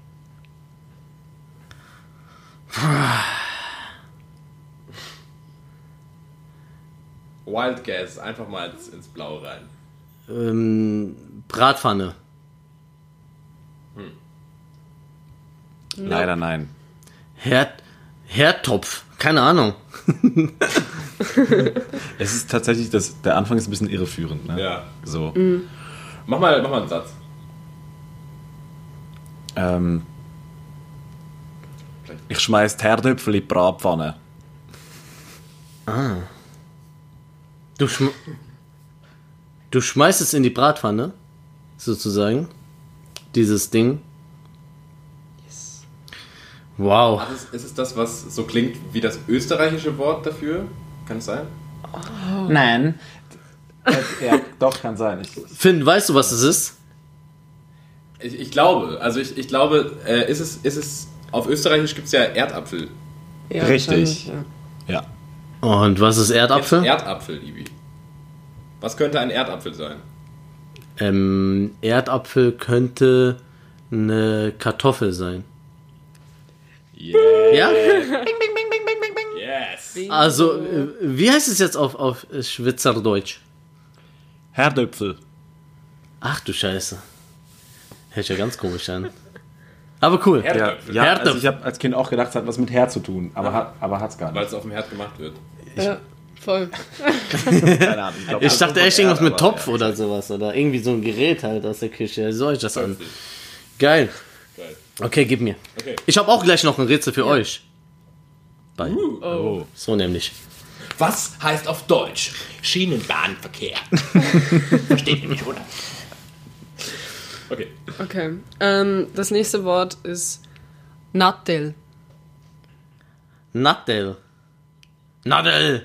Wild Guess, einfach mal ins, ins Blaue rein. Ähm, Bratpfanne. Leider nein. Herd, Herdtopf. Keine Ahnung. Es ist tatsächlich, das, der Anfang ist ein bisschen irreführend. Ne? Ja. So. Mach mal, mach mal einen Satz. Ähm, ich schmeiß die Herdöpfel in die Bratpfanne. Du, schm du schmeißt es in die Bratpfanne, sozusagen. Dieses Ding. Wow. Ist es, ist es das, was so klingt wie das österreichische Wort dafür? Kann es sein? Nein. Ja, doch, kann sein. Ich, Finn, weißt du, was es ist? Ich, ich glaube, also ich, ich glaube, äh, ist es, ist es, auf Österreichisch gibt es ja Erdapfel. ja Richtig. wahrscheinlich, ja. ja. Und was ist Erdapfel? Erdapfel, Ibi. Was könnte ein Erdapfel sein? Ähm, Erdapfel könnte eine Kartoffel sein. Yeah. Ja? Yes. Also, äh, wie heißt es jetzt auf, auf Schweizerdeutsch? Herdöpfel. Ach du Scheiße. Hört ja ganz komisch an. Aber cool. Ja, Herdöpfel. ja Herdöpfel. also ich habe als Kind auch gedacht, es hat was mit Herd zu tun, aber, hat, aber hat's gar Weil nicht. es auf dem Herd gemacht wird. Ja, voll. Keine Ahnung, glaub, Ich das dachte kommt echt von irgendwas Erd, mit aber Topf ja. oder sowas. Oder irgendwie so ein Gerät halt aus der Küche. So euch das an. Geil. Geil. Okay, gib mir. Okay. Ich habe auch gleich noch ein Rätsel für euch. Bei. Oh. So nämlich. Was heißt auf Deutsch Schienenbahnverkehr? Versteht ihr mich, oder? Okay. Okay. Ähm, das nächste Wort ist Nattel. Nadel. Nadel.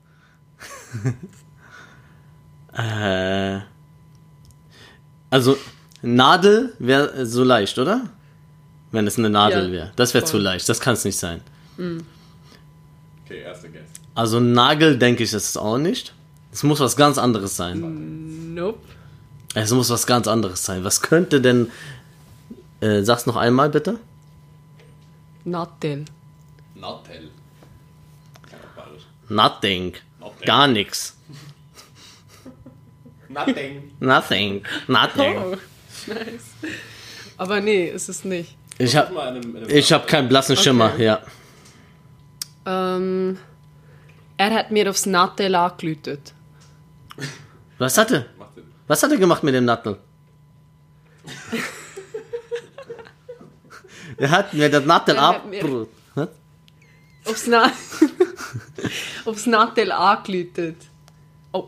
äh. Also, Nadel wäre so leicht, oder? Wenn es eine Nadel Ja, wäre. Das wäre voll. zu leicht. Das kann es nicht sein. Okay, erste Guess. Also, Nagel denke ich, das ist auch nicht. Es muss was ganz anderes sein. Nope. Es muss was ganz anderes sein. Was könnte denn. Äh, sag's noch einmal bitte. Nattel. Nattel. Kein Barisch. Nothing. Nothing. Gar nichts. Nothing. Nothing. Nothing. Oh, nice. Aber nee, ist es nicht. Ich hab, Mal in einem, in einem ich hab keinen blassen Schimmer, Okay. ja. Ähm, er hat mir aufs Nattel angelütet. Was hat er? Macht Sinn. Was hat er gemacht mit dem Nattel? Er hat mir das Nattel Er hat mir- abbrot. Was? Aufs, Na aufs Nattel angelütet. Oh.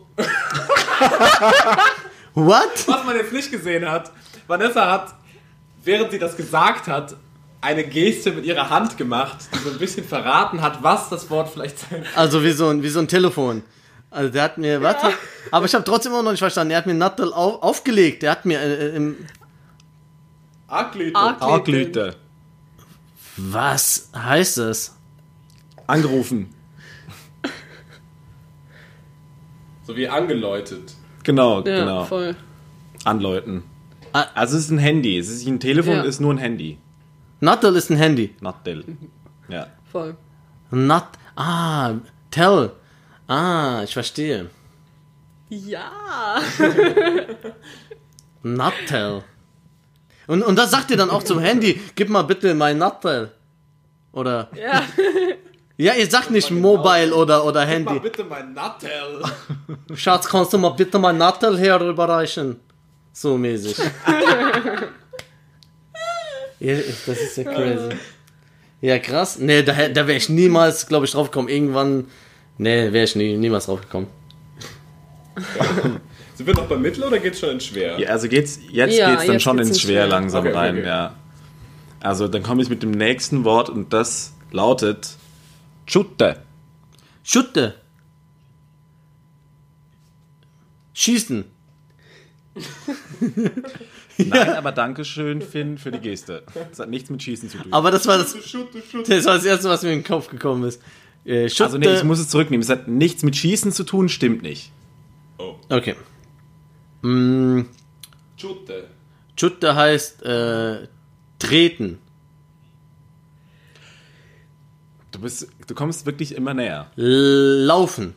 What? Was man jetzt nicht gesehen hat, Vanessa hat, während sie das gesagt hat, eine Geste mit ihrer Hand gemacht, die so ein bisschen verraten hat, was das Wort vielleicht sein kann. Also wie so ein, wie so ein Telefon. Also der hat mir, was? Aber ich habe trotzdem immer noch nicht verstanden. Er hat mir Nattel auf, aufgelegt. Der hat mir äh, im, Aglüte. Arglüte. was heißt das? Angerufen. So wie angeläutet. Genau, Ja, genau. voll. Anläuten. Ah. Also es ist ein Handy. Es ist nicht ein Telefon, Ja. es ist nur ein Handy. Nattel ist ein Handy. Nattel. Ja. Voll. Nat, ah, tell. Ah, ich verstehe. Ja. Nattel. Und, und das sagt ihr dann auch zum Handy, gib mal bitte mein Nattel. Oder, Ja. ja, ihr sagt nicht Mobile oder, oder Mal Handy. bitte mein Nattel. Schatz, kannst du mal bitte mein Nattel herüberreichen? So mäßig. Ja, das ist ja crazy. Ja, krass. Nee, da, da wäre ich niemals, glaube ich, drauf gekommen. Irgendwann, nee, wäre ich nie, niemals drauf gekommen. Sind wir noch bei Mittel oder geht's schon in schwer? Ja, also geht's, jetzt Ja, geht's dann jetzt schon geht's ins in Schwer schwer. langsam Okay, okay, rein, okay. ja. Also dann komme ich mit dem nächsten Wort und das lautet Schutte. Schutte. Schießen. Nein, aber Dankeschön, Finn, für die Geste. Das hat nichts mit Schießen zu tun. Aber das war das, Schutte, Schutte. das war das Erste, was mir in den Kopf gekommen ist. Äh, Schutte. Also nee, ich muss es zurücknehmen. Es hat nichts mit Schießen zu tun, stimmt nicht. Oh. Okay. Mm, Schutte. Schutte heißt äh, treten. Du bist, du kommst wirklich immer näher. Laufen.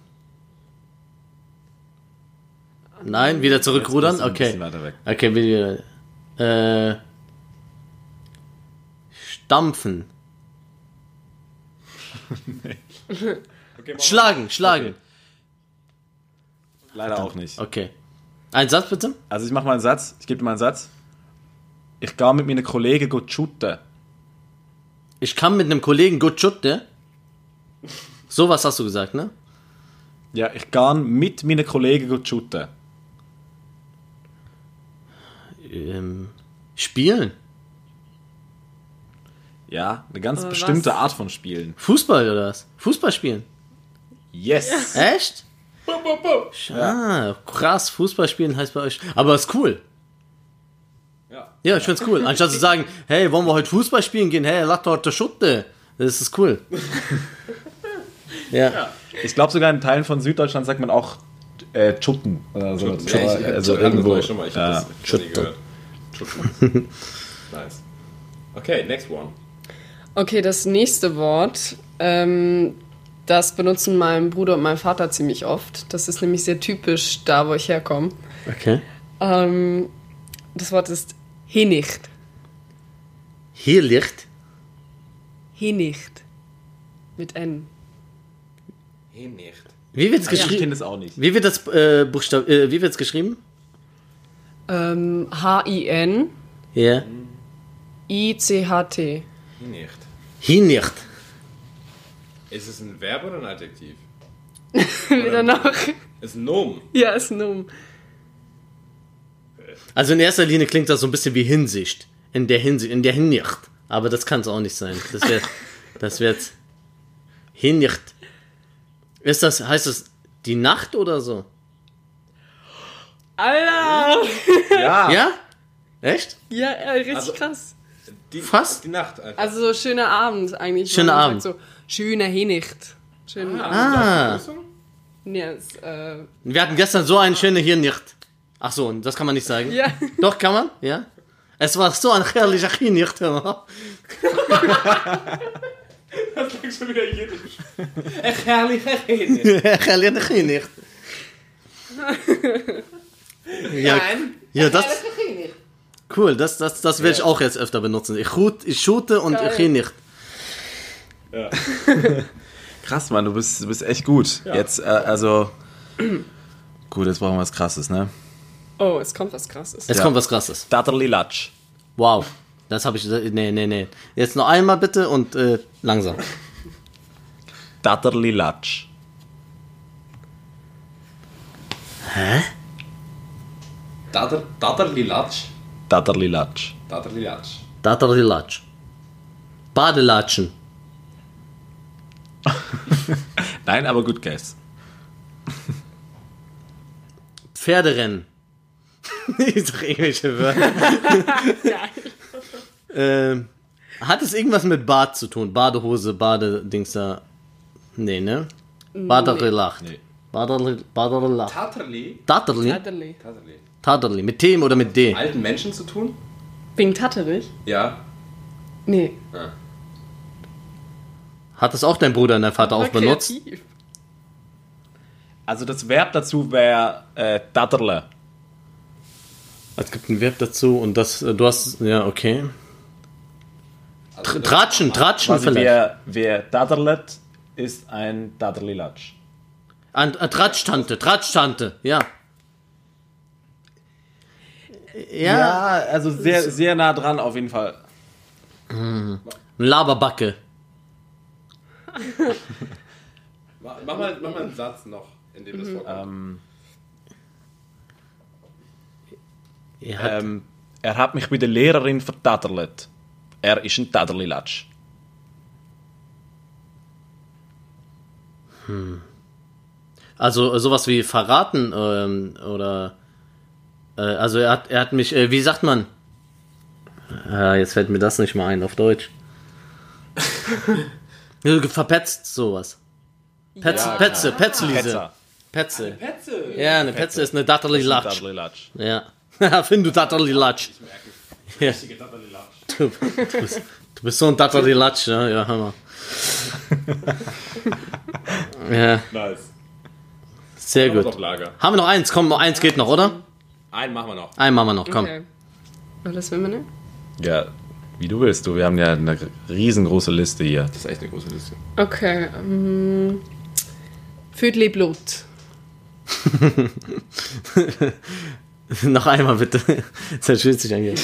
Nein, wieder Jetzt zurückrudern? bist du ein Okay. bisschen weiter weg. Okay, wieder. Äh, stampfen. Okay, mach Schlagen, schlagen. Okay. Leider auch nicht. Okay. Ein Satz bitte? Also ich mache mal einen Satz. Ich gebe dir mal einen Satz. Ich gehe mit meinen Kollegen gut shooten. Ich kann mit einem Kollegen gut schutte. Sowas hast du gesagt, ne? Ja, ich gehe mit meinen Kollegen gut shooten. Ähm, spielen. Ja, eine ganz Äh, bestimmte was? Art von Spielen. Fußball oder was? Fußball spielen. Yes! Echt? Bup, bup, bup. Ah, krass, Fußball spielen heißt bei euch. Aber ist cool. Ja. Ja, ich find's cool. Anstatt zu sagen, hey, wollen wir heute Fußball spielen gehen? Hey, lass doch heute Schutte. Das ist cool. Ja. Ich glaube sogar in Teilen von Süddeutschland sagt man auch äh, Tschutten oder so. Tschutten. Ja, ich- also ich- irgendwo. ich schon mal, ich hab ja, das schon nie gehört. Tschutten. Nice. Okay, next one. Okay, das nächste Wort, ähm, das benutzen mein Bruder und mein Vater ziemlich oft. Das ist nämlich sehr typisch da, wo ich herkomme. Okay. Ähm, das Wort ist Hinicht. Hier liegt. Hinicht. Mit N. Hey, nicht. Wie wird's Ich geschrieben? kenne das auch nicht. Wie wird das äh, Buchstab äh, wie wird's geschrieben? Ähm, H I N Ja. I C H T. Hey, nicht. Hier nicht. Ist es ein Verb oder ein Adjektiv? Wieder noch. Ist ein Nomen. Ja, ist ein Nomen. Also in erster Linie klingt das so ein bisschen wie Hinsicht. In der Hinsicht, in der Hinsicht. Aber das kann es auch nicht sein. Das wird, das wird Hinsicht. Ist das, heißt das die Nacht oder so? Alter! Ja. Ja? Echt? Ja, äh, richtig Also- krass. Die, Fast. Die Nacht einfach. Also so schöner Abend eigentlich. Schöner Man Abend. sagt so, schöner Hinicht. Schönen Abend. Ah. Ja, ist, äh, Wir hatten gestern so eine schöne Hinsicht. Ach so, das kann man nicht sagen. ja. Doch, kann man? Ja. Es war so ein herrlicher Hinsicht. Das klingt schon wieder jiddisch. Echt herrlicher Rede. Herrlicher Hinsicht. Ja, ja, das. Cool, das, das, das werde ich auch jetzt öfter benutzen. Ich, shoot, ich shoote und Geil. ich gehe nicht. Krass, Mann, du bist, du bist echt gut. Jetzt, äh, also. Gut, jetzt brauchen wir was Krasses, ne? Oh, es kommt was Krasses. Jetzt Ja. kommt was Krasses. Datterlilatsch. Wow. Das habe ich. Nee, nee, nee. Jetzt noch einmal bitte und äh, langsam. Datterlilatsch. Dater, Daterlilatsch. Datterlilatsch. Daterlilatsch. Datterlilatsch. Badelatschen. Nein, aber gut, Guess. Pferderennen. Ich sag irgendwelche Wörter. ähm, hat es irgendwas mit Bad zu tun? Badehose, Badedings da? Nee, ne? Baderlacht. Nee. Baderlacht. Taterli. Taterli? Tatterli. Taterli. Taterli. Mit T oder mit D? Alten Menschen zu tun? Wegen Tatterich? Ja. Nee. ja. Hat das auch dein Bruder und dein Vater auch War benutzt? kreativ. Also das Verb dazu wäre äh, Datterle. Es gibt ein Verb dazu und das, äh, du hast, ja, okay. Tr- Tratschen, Tratschen Quasi vielleicht. wer, wer Datterlet, ist ein Datterlilatsch. An, äh, Tratsch-Tante, Tratsch-Tante, ja. Ja, Ja, also sehr, sehr nah dran auf jeden Fall. ein Laberbacke. Mach, mach, mal, mach mal einen Satz noch, in dem das vorkommt. Ähm, Er hat, ähm, er hat mich bei der Lehrerin verdatterlet. Er ist ein Datterlilatsch. also äh, sowas wie verraten ähm, oder äh, also er hat, er hat mich, äh, wie sagt man? Äh, jetzt fällt mir das nicht mal ein auf Deutsch. Verpetzt sowas. Petz, Ja, Petze, Petzliese. Petzer. Petze. Petze. Ja, eine Petze ist eine Datterlilatsch. Datterlilatsch. Ja. Find du Datterlilatsch. Ja. Du, du, bist, du bist so ein Datterlilatsch, ja, ja, Hammer. Ja, Nice. sehr Haben wir gut. noch Lager. Haben wir noch eins? Komm, noch eins geht noch, oder? Einen machen wir noch. Einen machen wir noch, komm. Okay. Was will man denn? Ja, wie du willst, du. Wir haben ja eine riesengroße Liste hier. Das ist echt eine große Liste. Okay. Ähm, Viertel Blut. Noch einmal bitte. Das hat schwitzig angehört.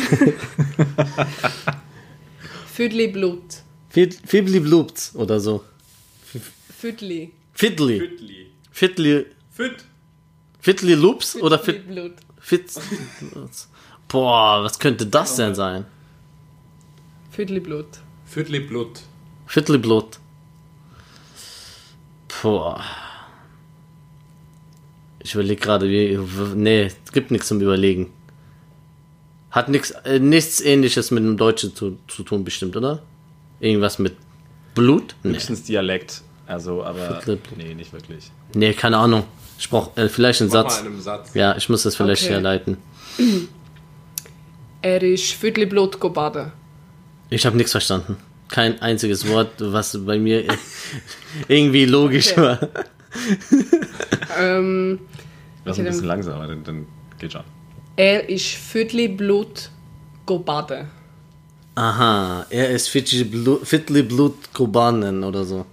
Viertel Blut. Fibli Blubz oder so. Viertel. Fiddli. Füttli. Fiddli. Fütt. Fiddli Loops oder Viertel Fit, Blut. Fitz. Boah, was könnte das denn sein? Viertel Blut. Füttli Blut. Fiddli Blut. Boah. Ich überlege gerade, wie. Nee, es gibt nichts zum Überlegen. Hat nix, äh, nichts Ähnliches mit dem Deutschen zu, zu tun, bestimmt, oder? Irgendwas mit Blut? Nee. Höchstens Dialekt. Also, aber. Viertel- Nee, nicht wirklich. Nee, keine Ahnung. Ich brauch äh, vielleicht einen Mach Satz. mal in einem Satz. Ja, ich muss das vielleicht Okay. herleiten. Er ist Viertel Blut gebaden. Ich habe nichts verstanden. Kein einziges Wort, was bei mir irgendwie logisch Okay. war. Ähm, Lass Okay, ein bisschen dann- langsamer, dann, dann geht schon. er ist Viertel Blut gebaden. Aha, er ist Viertel Blut, Viertel Blut Kubanen oder so.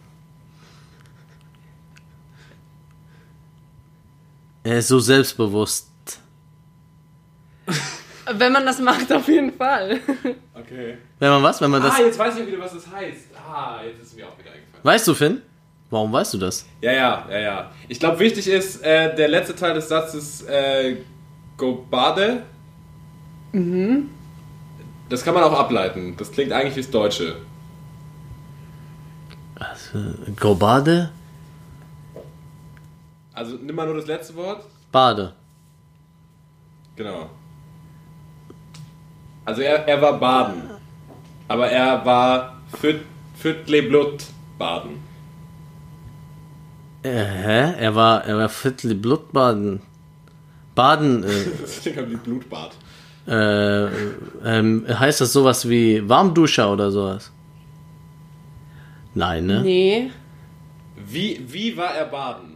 Er ist so selbstbewusst. Wenn man das macht, auf jeden Fall. Okay. Wenn man was? Wenn man das. Ah, jetzt weiß ich wieder, was das heißt. Ah, jetzt ist mir auch wieder eingefallen. Weißt du, Finn? Warum weißt du das? Ja, ja, ja, ja. Ich glaube, wichtig ist, äh, der letzte Teil des Satzes, äh, go bade. Mhm. Das kann man auch ableiten. Das klingt eigentlich wie das Deutsche. Go Bade? Also nimm mal nur das letzte Wort. Bade. Genau. Also er, er war baden. Aber er war für, für Blut baden. Äh, hä? Er war, er war Viertel Blut baden. Baden, äh, Das klingt wie Blutbad. äh, ähm, heißt das sowas wie Warmduscher oder sowas? Nein, ne? Nee. Wie, wie war er baden?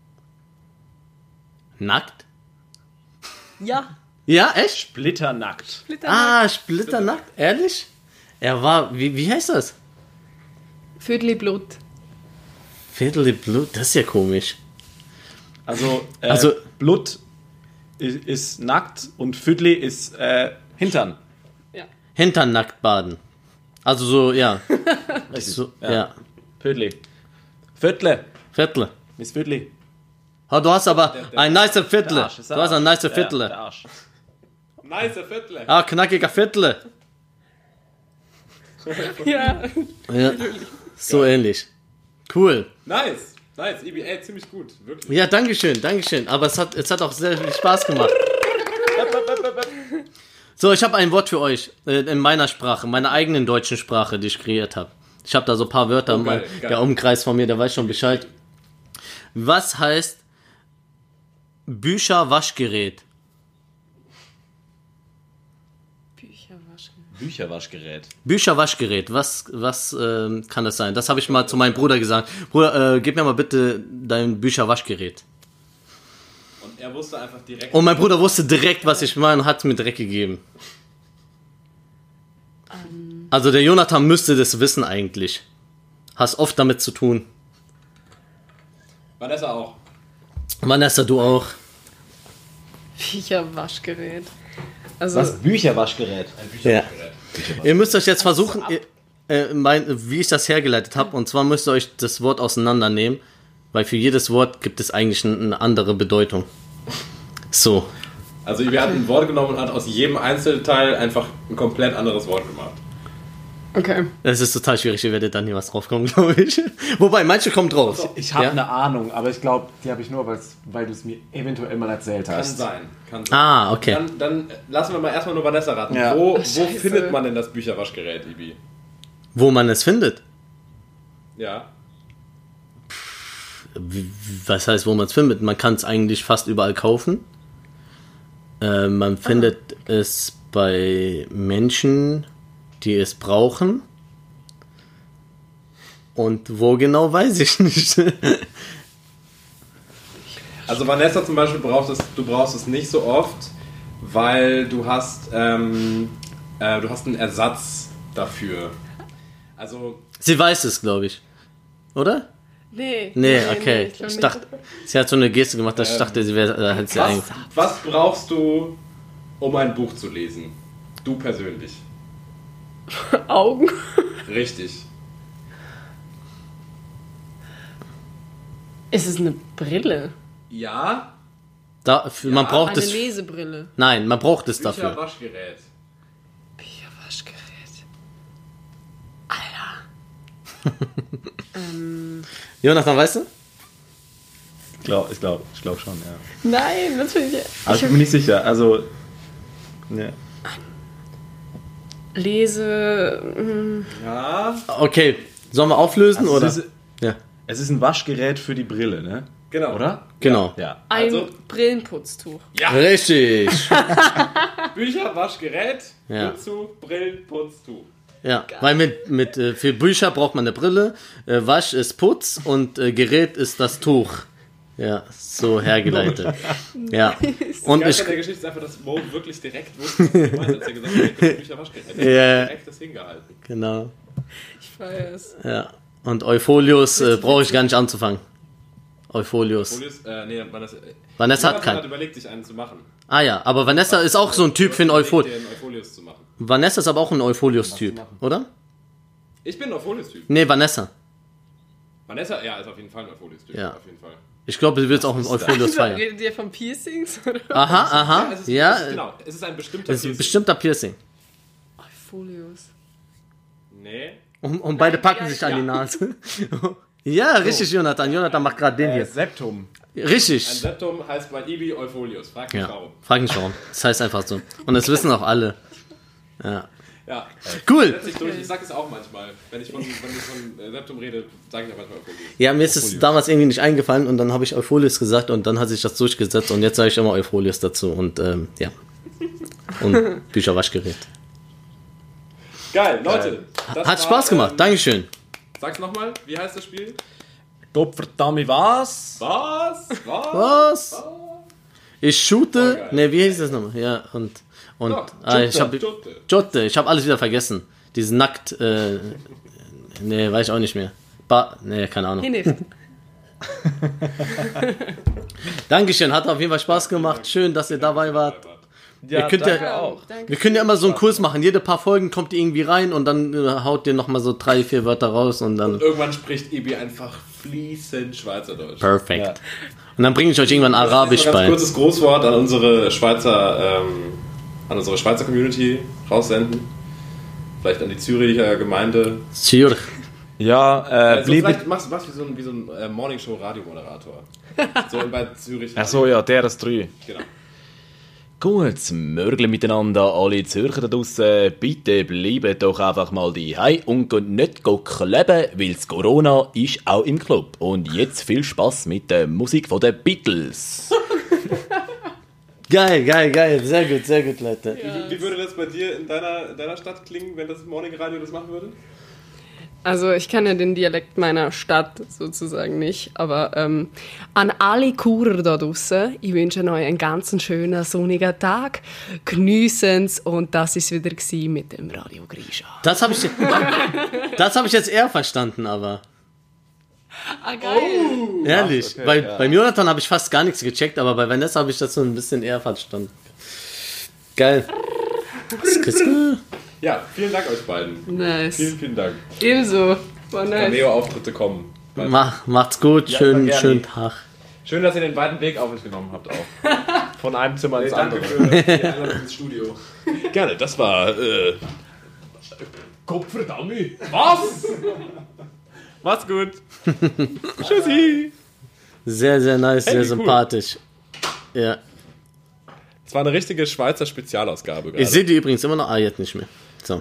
Nackt? Ja. Ja, echt? Splitternackt. Ah, splitternackt? Ehrlich? Er war, wie, wie heißt das? Viertel Blut. Viertel Blut, das ist ja komisch. Also, äh, Also- Blut ist, ist nackt und Viertel ist äh, Hintern. Ja. Hintern nackt baden. Also so, ja. So, ja. Ja. Viertel. Viertel. Viertel. Miss Viertel. Oh, du hast aber ein nicer Viertel. Der Arsch, ist Du der hast ein Arsch. nicer Viertel. Ja, der Arsch. Nice Viertel. Ah, knackiger Viertel. Ja. Ja. So ähnlich. Cool. Nice. Nice. E B A ziemlich gut. Wirklich. Ja, dankeschön, dankeschön. Aber es hat, es hat auch sehr viel Spaß gemacht. So, ich habe ein Wort für euch äh, in meiner Sprache, meiner eigenen deutschen Sprache, die ich kreiert habe. Ich habe da so ein paar Wörter. Oh, geil, mein, geil. Der Umkreis von mir, der weiß schon Bescheid. Was heißt Bücherwaschgerät? Bücherwaschen. Bücherwaschgerät. Bücherwaschgerät, was, was ähm, kann das sein? Das habe ich mal zu meinem Bruder gesagt. Bruder, äh, gib mir mal bitte dein Bücherwaschgerät. Und er wusste einfach direkt. Und mein Bruder wusste direkt, was ich meine und hat es mir direkt gegeben. Also der Jonathan müsste das wissen eigentlich. Hast oft damit zu tun. Vanessa auch. Vanessa, du auch. Bücherwaschgerät. Also, Was? Bücherwaschgerät. Ja. Ihr müsst euch jetzt versuchen, ihr, äh, mein, wie ich das hergeleitet habe. Und zwar müsst ihr euch das Wort auseinandernehmen, weil für jedes Wort gibt es eigentlich eine andere Bedeutung. So. Also wir hatten ein Wort genommen und hat aus jedem Einzelteil einfach ein komplett anderes Wort gemacht. okay. Das ist total schwierig, ihr werdet dann hier was draufkommen, glaube ich. Wobei, manche kommen drauf. Ich habe Ja? eine Ahnung, aber ich glaube, die habe ich nur, weil's, weil du es mir eventuell mal erzählt Kann hast. sein. Kann sein. Ah, okay. Dann, dann lassen wir mal erstmal nur Vanessa raten. Ja. Wo, wo Scheiße. findet man denn das Bücherwaschgerät, Ibi? Wo man es findet. Ja. Wie- Was heißt, wo man es findet? Man kann es eigentlich fast überall kaufen. Äh, man findet es bei Menschen, die es brauchen. Und wo genau, weiß ich nicht. Also Vanessa zum Beispiel braucht es, du brauchst es nicht so oft, weil du hast, ähm, äh, du hast einen Ersatz dafür. Also Sie weiß es, glaube ich. Oder? Nee. Nee, okay. ich glaub ich nicht. dachte, sie hat so eine Geste gemacht, dass ich dachte, sie wäre, äh, hätte sie was, eigentlich. was brauchst du, um ein Buch zu lesen? Du persönlich. Augen. Richtig. Ist es eine Brille? Ja. Da, für, man braucht Eine es. Lesebrille. Nein, man braucht es dafür. Bücherwaschgerät. Bücherwaschgerät. Alter. ähm, Jonathan, weißt du? Ich glaube ich glaub, ich glaub schon, ja. nein, natürlich. Aber ich bin mir nicht sicher. Also, ne. Lese. mm, Ja. Okay, sollen wir auflösen Also oder? es ist- Ja. Es ist ein Waschgerät für die Brille, ne? Genau. Oder? Genau. Ja. Ein Also- Brillenputztuch. Ja, Richtig. Bücher, Waschgerät, Ja. Putztuch, Brillen, Putztuch. Ja, weil mit, mit äh, für Bücher braucht man eine Brille, äh, Wasch ist Putz und äh, Gerät ist das Tuch. Ja, so hergeleitet. Ja. Und Das ich, Geilste an der Geschichte ist einfach, dass Mo wirklich direkt wusste, was er gemeint hat, als er gesagt hat, Bücher, Waschgerät. Er Ja. hat direkt das hingehalten. genau. Ich feiere es. Ja. Und Eupholius äh, brauche ich gar nicht anzufangen. Eupholius. Julius, äh, nee, Vanessa, Vanessa hat Jonathan keinen. hat überlegt, sich einen zu machen. Ah ja, aber Vanessa ist auch so ein Typ für einen Eupholius. Den Eupholius zu machen. Vanessa ist aber auch ein Eupholius-Typ, oder? Ich bin ein Eupholius-Typ. Nee, Vanessa. Vanessa, ja, ist auf jeden Fall ein Eupholius-Typ. Ja. Auf jeden Fall. Ich glaube, du willst auch ein Eupholius feiern. Redet ihr von Piercings? Oder? Aha, aha. es ist, Ja, es ist, genau, es ist ein bestimmter das ist ein Piercing. bestimmter Piercing. Eupholius. Nee. Und, und beide packen ja, sich an ja. die Nase. Ja, richtig, Jonathan. Jonathan macht gerade den Äh, hier. Septum. Ein Richtig. Septum heißt bei Ibi Eupholius. Frag mich Ja, warum. frag nicht warum. Das heißt einfach so. Und das wissen auch alle. Ja. Ja. Cool. Setz dich durch. Ich sag es auch manchmal. Wenn ich von, wenn ich von äh, Septum rede, sage ich auch manchmal Eupholius. Ja, mir ist es damals irgendwie nicht eingefallen und dann habe ich Eupholius gesagt und dann hat sich das durchgesetzt und jetzt sage ich immer Eupholius dazu und ähm, ja. Und Bücherwaschgerät. Geil, Leute. das Hat war, Spaß gemacht. ähm, Dankeschön. Sag's nochmal. Wie heißt das Spiel? Gottverdammt, was? Was? Was? Was? Ich shoote. Oh, geil. Ne, wie hieß das nochmal? Ja, und. und Ja, ah, ich Jotte, habe Jotte. Jotte, ich habe alles wieder vergessen. Diesen nackt. Äh, ne, weiß ich auch nicht mehr. Ba, ne, keine Ahnung. Hinnift. Dankeschön, hat auf jeden Fall Spaß gemacht. Schön, dass ihr dabei wart. Ja, Ihr könnt ja- danke auch. Danke. Wir können ja immer so einen Kurs machen. Jede paar Folgen kommt ihr irgendwie rein und dann äh, haut ihr nochmal so drei, vier Wörter raus und dann. Irgendwann spricht Ibi einfach fließend Schweizerdeutsch. Perfekt. Ja. Und dann bringe ich euch irgendwann Arabisch Ein ganz bei. kurzes Großwort an unsere Schweizer, ähm, an unsere Schweizer Community raussenden. Vielleicht an die Züricher Gemeinde. Zürich. Ja, äh, Also blieb. vielleicht machst du was wie so ein, wie so ein äh, Morningshow-Radiomoderator. So bei Zürich. Ach so, ja, der, das drei. Genau. Gut, Mörgle miteinander, alle Zürcher da draussen, bitte bleibt doch einfach mal daheim und geht nicht kleben, weil das Corona ist auch im Club. Und jetzt viel Spaß mit der Musik von den Beatles. Geil, geil, geil. Sehr gut, sehr gut, Leute. Wie, wie würde das bei dir in deiner, in deiner Stadt klingen, wenn das Morning Radio das machen würde? Also ich kann ja den Dialekt meiner Stadt sozusagen nicht, aber ähm, an alle Churer da draussen, ich wünsche euch einen ganz schönen sonnigen Tag, geniessen und das ist wieder gewesen mit dem Radio Grisha. Das habe ich, das hab ich jetzt eher verstanden, aber. Ah, geil. Ehrlich. okay, bei, ja. Beim Jonathan habe ich fast gar nichts gecheckt, aber bei Vanessa habe ich das so ein bisschen eher verstanden. Geil. Ja, vielen Dank euch beiden. Nice. Vielen, vielen Dank. Ebenso. War nice. Cameo-Auftritte kommen. Mach, macht's gut, Ja, schön, immer gerne. schönen Tag. Schön, dass ihr den weiten Weg auf euch genommen habt auch. Von einem Zimmer ins Danke andere. für die Einladung ins Studio. Gerne, das war... Äh, Gottverdammt. Was? Macht's gut. Tschüssi. Sehr, sehr nice, sehr cool. sympathisch. Ja. Es war eine richtige Schweizer Spezialausgabe gerade. Ich sehe die übrigens immer noch. Ah, jetzt nicht mehr. So.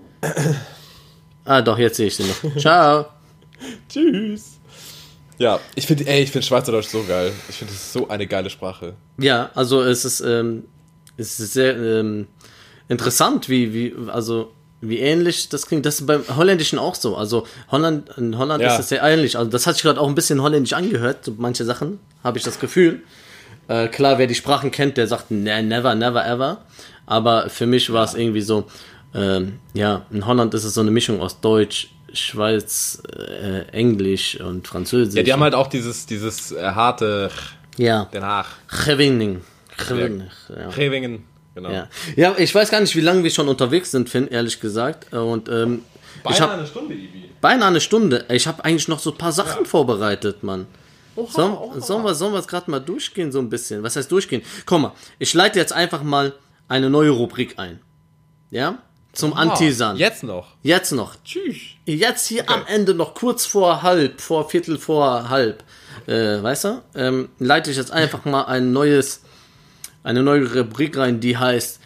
Ah, doch, jetzt sehe ich sie noch. Ciao. Tschüss. Ja, ich finde, ey, ich finde Schweizerdeutsch so geil. Ich finde, es ist so eine geile Sprache. Ja, also es ist, ähm, es ist sehr ähm, interessant, wie, wie, also wie ähnlich das klingt. Das ist beim Holländischen auch so. Also Holland, in Holland Ja. ist es sehr ähnlich. Also das hat sich gerade auch ein bisschen holländisch angehört. So manche Sachen habe ich das Gefühl. Äh, klar, wer die Sprachen kennt, der sagt ne, never, never, ever. Aber für mich war es irgendwie so, ähm, ja, in Holland ist es so eine Mischung aus Deutsch, Schweiz, äh, Englisch und Französisch. Ja, die haben halt auch dieses, dieses äh, harte ja. Den Haag. Gewinnen. Gewinnen. Ja. Revingen. Genau. Ja. ja, ich weiß gar nicht, wie lange wir schon unterwegs sind, Finn, ehrlich gesagt. Und ähm, ich Beinahe habe eine Stunde, Ibi. beinahe eine Stunde. Ich habe eigentlich noch so ein paar Sachen vorbereitet, Mann. Sollen, sollen wir sollen wir es gerade mal durchgehen, so ein bisschen? Was heißt durchgehen? Komm mal, ich leite jetzt einfach mal eine neue Rubrik ein. Ja? Zum Anteasern. Jetzt noch. Jetzt noch. Tschüss. Jetzt hier am Ende noch kurz vor halb, vor Viertel vor halb, äh, weißt du, ähm, leite ich jetzt einfach mal ein neues, eine neue Rubrik rein, die heißt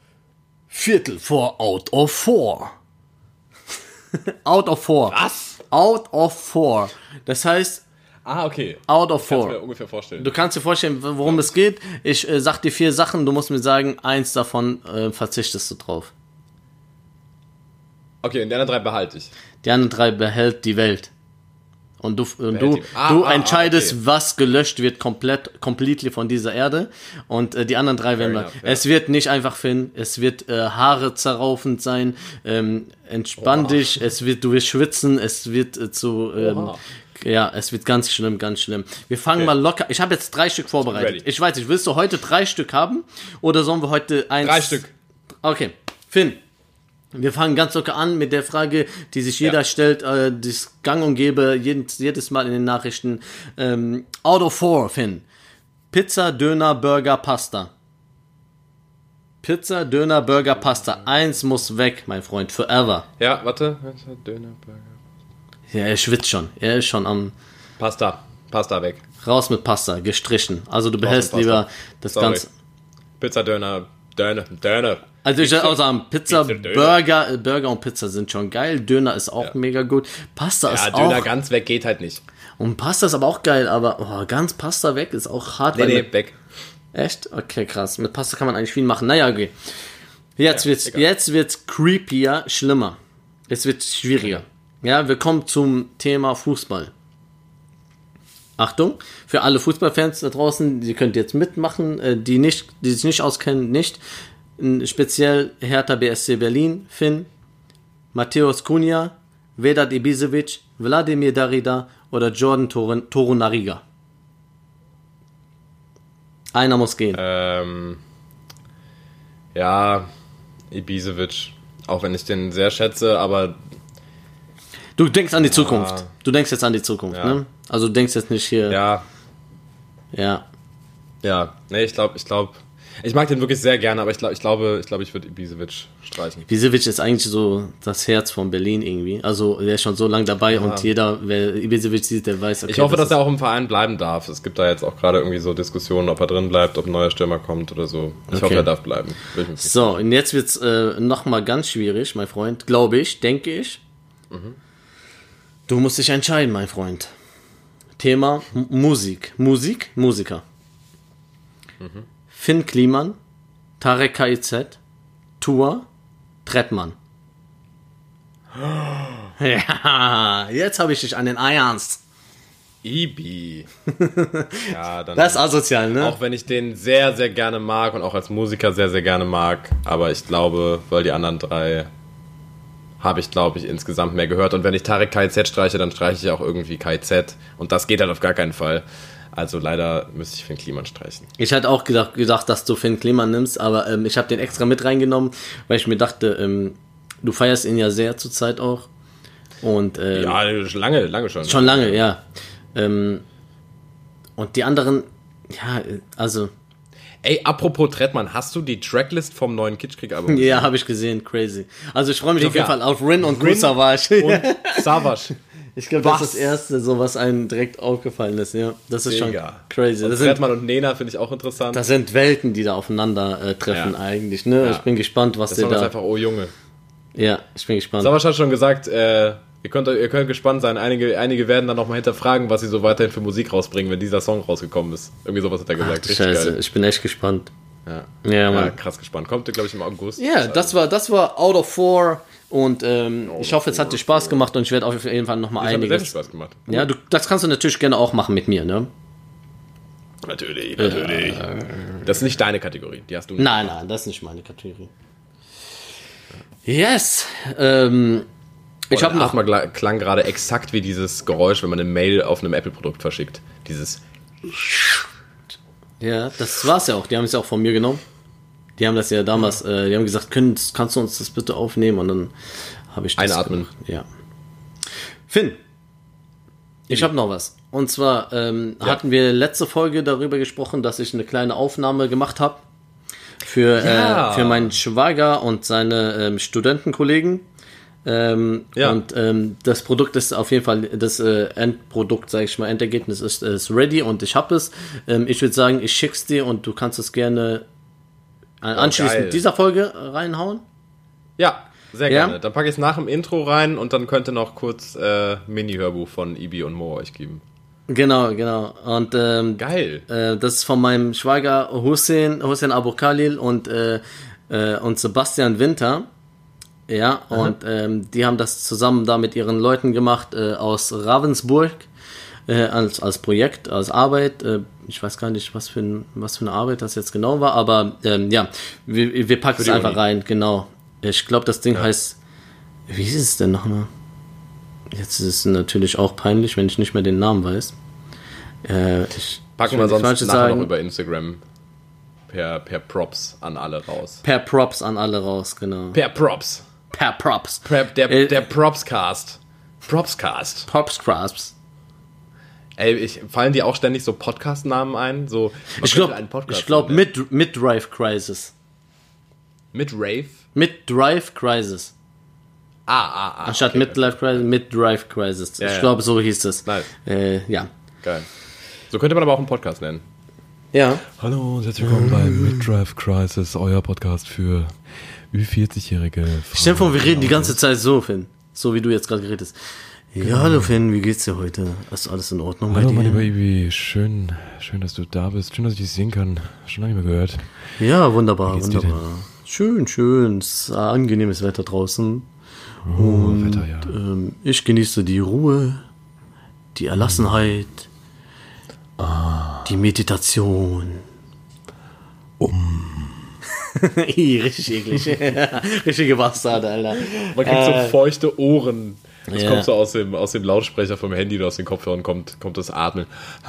Viertel vor out of four. Out of four. Was? Out of four. Das heißt, Ah, okay. out of Kannst four. mir ungefähr vorstellen. Du kannst dir vorstellen, worum es geht. Ich äh, sag dir vier Sachen, du musst mir sagen, eins davon äh, verzichtest du drauf. Okay, und die anderen drei behalte ich. Die anderen drei behält die Welt. Und du, und du, die- Ah, du ah, ah, entscheidest, okay. was gelöscht wird, komplett, completely von dieser Erde. Und äh, die anderen drei werden wir. enough, ja. Es wird nicht einfach Finn, es wird äh, Haare zerraufend sein. Ähm, entspann Oha. dich, es wird, du wirst schwitzen, es wird äh, zu. Ähm, Oha. ja, es wird ganz schlimm, ganz schlimm. Wir fangen Okay. mal locker. Ich habe jetzt drei Stück vorbereitet. Ready. Ich weiß nicht, willst du heute drei Stück haben? Oder sollen wir heute eins. Drei Stück. Okay, Finn. Wir fangen ganz locker an mit der Frage, die sich jeder Ja. stellt, äh, das Gang und Gäbe, jedes, jedes Mal in den Nachrichten. Ähm, out of four, Finn. Pizza, Döner, Burger, Pasta. Pizza, Döner, Burger, Pasta. Eins muss weg, mein Freund, forever. Ja, warte. Döner, Burger. Ja, er schwitzt schon. Er ist schon am Pasta. Pasta weg. raus mit Pasta, gestrichen. Also du behältst mit Pasta. lieber das Sorry. Ganze. Pizza, Döner, Döner, Döner. Also ich würde auch sagen, Pizza, Pizza, Döner. Burger, äh, Burger und Pizza sind schon geil. Döner ist auch Ja. mega gut. Pasta Ja, ist Döner auch. ganz weg geht halt nicht. Und Pasta ist aber auch geil, aber oh, ganz Pasta weg ist auch hart. Nee, weil nee, mit, weg. echt? Okay, krass. Mit Pasta kann man eigentlich viel machen. Naja, okay. Jetzt Ja, wird's, egal. jetzt wird's creepier, schlimmer. Es wird schwieriger. Ja, wir kommen zum Thema Fußball. Achtung, für alle Fußballfans da draußen, die könnt jetzt mitmachen, äh, die nicht, die sich nicht auskennen, nicht. N- Speziell Hertha B S C Berlin, Finn, Matthäus Cunha, Vedat Ibisevic, Wladimir Darida oder Jordan Torun- Torunariga. Einer muss gehen. Ähm, ja, Ibisevic. Auch wenn ich den sehr schätze, aber Du denkst an die Zukunft. Du denkst jetzt an die Zukunft, Ja. ne? Also du denkst jetzt nicht hier. ja, Ja. ja. Nee, ich glaube, ich glaube, ich mag den wirklich sehr gerne, aber ich, glaub, ich glaube, ich glaube, ich würde Ibisevic streichen. Ibisevic ist eigentlich so das Herz von Berlin irgendwie. Also der ist schon so lange dabei und jeder, wer Ibisevic sieht, der weiß, okay, Ich hoffe, das dass er auch im Verein bleiben darf. Es gibt da jetzt auch gerade irgendwie so Diskussionen, ob er drin bleibt, ob ein neuer Stürmer kommt oder so. Ich Okay. hoffe, er darf bleiben. Will ich mich nicht- So, und jetzt wird's äh, nochmal ganz schwierig, mein Freund. Glaube ich, denke ich. Mhm. Du musst dich entscheiden, mein Freund. Thema M- Musik. Musik, Musiker. Mhm. Finn Kliman, Tarek K I Z, Tour, Trettmann. Ja, jetzt habe ich dich an den Eiernst. Ibi. Ja, dann. Das ist asozial, ne? Auch wenn ich den sehr, sehr gerne mag und auch als Musiker sehr, sehr gerne mag. Aber ich glaube, weil die anderen drei habe ich, glaube ich, insgesamt mehr gehört. Und wenn ich Tarek K I Z streiche, dann streiche ich auch irgendwie K I Z. Und das geht halt auf gar keinen Fall. Also leider müsste ich Finn Kliman streichen. Ich hatte auch gedacht, gedacht dass du Finn Kliman nimmst, aber ähm, ich habe den extra mit reingenommen, weil ich mir dachte, ähm, du feierst ihn ja sehr zurzeit auch. Und ähm, Ja, lange, lange schon. schon lange, ja. Ähm, und die anderen, ja, äh, also, Ey, apropos Trettmann, hast du die Tracklist vom neuen Kitschkrieg-Album? ja, habe ich gesehen, crazy. Also ich freue mich auf Digga. jeden Fall auf Rin und Rin Kusavage. Und Savage. Ich glaube, das Was? ist das Erste, so was einem direkt aufgefallen ist, ja. Das ist Digga. schon crazy. Und Das sind, Trettmann und Nena finde ich auch interessant. das sind Welten, die da aufeinander äh, treffen Ja. eigentlich, ne? Ja. Ich bin gespannt, was Der der Song ist da... einfach, oh Junge. Ja, ich bin gespannt. Savage hat schon gesagt, äh, ihr, könnt, ihr könnt gespannt sein. Einige, einige werden dann nochmal hinterfragen, was sie so weiterhin für Musik rausbringen, wenn dieser Song rausgekommen ist. Irgendwie sowas hat er Ach, gesagt. du Richtig Scheiße, geil. ich bin echt gespannt. Ja. Ja, Ja, Mann. krass gespannt. Kommt, glaube ich, im August. Ja, das war, das war Out of Four und ähm, ich hoffe, es hat dir Spaß gemacht und ich werde auf jeden Fall nochmal Das hat mir sehr viel einiges. Spaß gemacht. Ja, du, das kannst du natürlich gerne auch machen mit mir, ne? Natürlich, natürlich. Das ist nicht deine Kategorie, die hast du nicht. Nein, nein, das ist nicht meine Kategorie. Yes. Ähm, ich habe noch. Mal gla- klang gerade exakt wie dieses Geräusch, wenn man eine Mail auf einem Apple-Produkt verschickt. Dieses. Ja, das war's ja auch. Die haben es ja auch von mir genommen. Die haben das ja damals, äh, die haben gesagt, können, kannst du uns das bitte aufnehmen? Und dann habe ich das Einatmen. gemacht. Ja. Finn, ich habe noch was. Und zwar ähm, Ja. hatten wir letzte Folge darüber gesprochen, dass ich eine kleine Aufnahme gemacht habe für, Ja. äh, für meinen Schwager und seine ähm, Studentenkollegen. Ähm, Ja. Und ähm, das Produkt ist auf jeden Fall, das äh, Endprodukt, sage ich mal, Endergebnis ist, ist ready und ich habe es. Ähm, ich würde sagen, ich schick's dir und du kannst es gerne äh, anschließend geil. dieser Folge reinhauen. Ja, Sehr Ja? gerne. Dann packe ich es nach dem Intro rein und dann könnt ihr noch kurz äh, Mini-Hörbuch von Ibi und Mo euch geben. Genau, genau. Und ähm, Geil. Äh, das ist von meinem Schwager Hussein, Hussein Abu Khalil und, äh, äh, und Sebastian Winter. Ja, Aha. und ähm, die haben das zusammen da mit ihren Leuten gemacht äh, aus Ravensburg äh, als, als Projekt, als Arbeit. Äh, ich weiß gar nicht, was für, ein, was für eine Arbeit das jetzt genau war, aber ähm, ja, wir, wir packen Für es die einfach Uni. rein, genau. Ich glaube, das Ding Ja. heißt, wie ist es denn nochmal? Jetzt ist es natürlich auch peinlich, wenn ich nicht mehr den Namen weiß. Äh, ich, Packen ich wir will sonst nichts nachher Falsches sagen. noch über Instagram per, per Props an alle raus. Per Props an alle raus, genau. Per Props. Per Props. Per, der Äh, der Propscast. Propscast. Props Crasps. Ey, ich, fallen dir auch ständig so Podcast-Namen ein? So, man Ich könnte glaube, einen Podcast ich glaube nennen. mit Midlife Crisis. Mit Rave? Midlife Crisis. Ah, ah, ah. Anstatt okay. Midlife Crisis, Midlife Crisis. Ja, ich ja. glaube, so hieß es. Nice. Äh, ja. Geil. So könnte man aber auch einen Podcast nennen. Ja. Hallo und herzlich willkommen bei Midlife Crisis, euer Podcast für Ü vierzig-jährige Frauen. Stell dir vor, wir reden die ganze Zeit so, Finn. So wie du jetzt gerade geredet hast. Ja, hallo Finn, wie geht's dir heute? Ist alles in Ordnung Hallo bei mein dir? lieber Ibi, schön, schön, dass du da bist. Schön, dass ich dich sehen kann. Schon lange nicht mehr gehört. Ja, wunderbar, geht's dir wunderbar. Schön, schön. Es ist angenehmes Wetter draußen. Oh, Und Wetter, ja. ähm, ich genieße die Ruhe, die Erlassenheit, die Meditation. Um. Ih, richtig eklig. Richtige Bastarde, Alter. Man kriegt so feuchte Ohren. Das ja. kommt so aus dem, aus dem Lautsprecher vom Handy oder aus den Kopfhörern kommt, kommt das Atmen.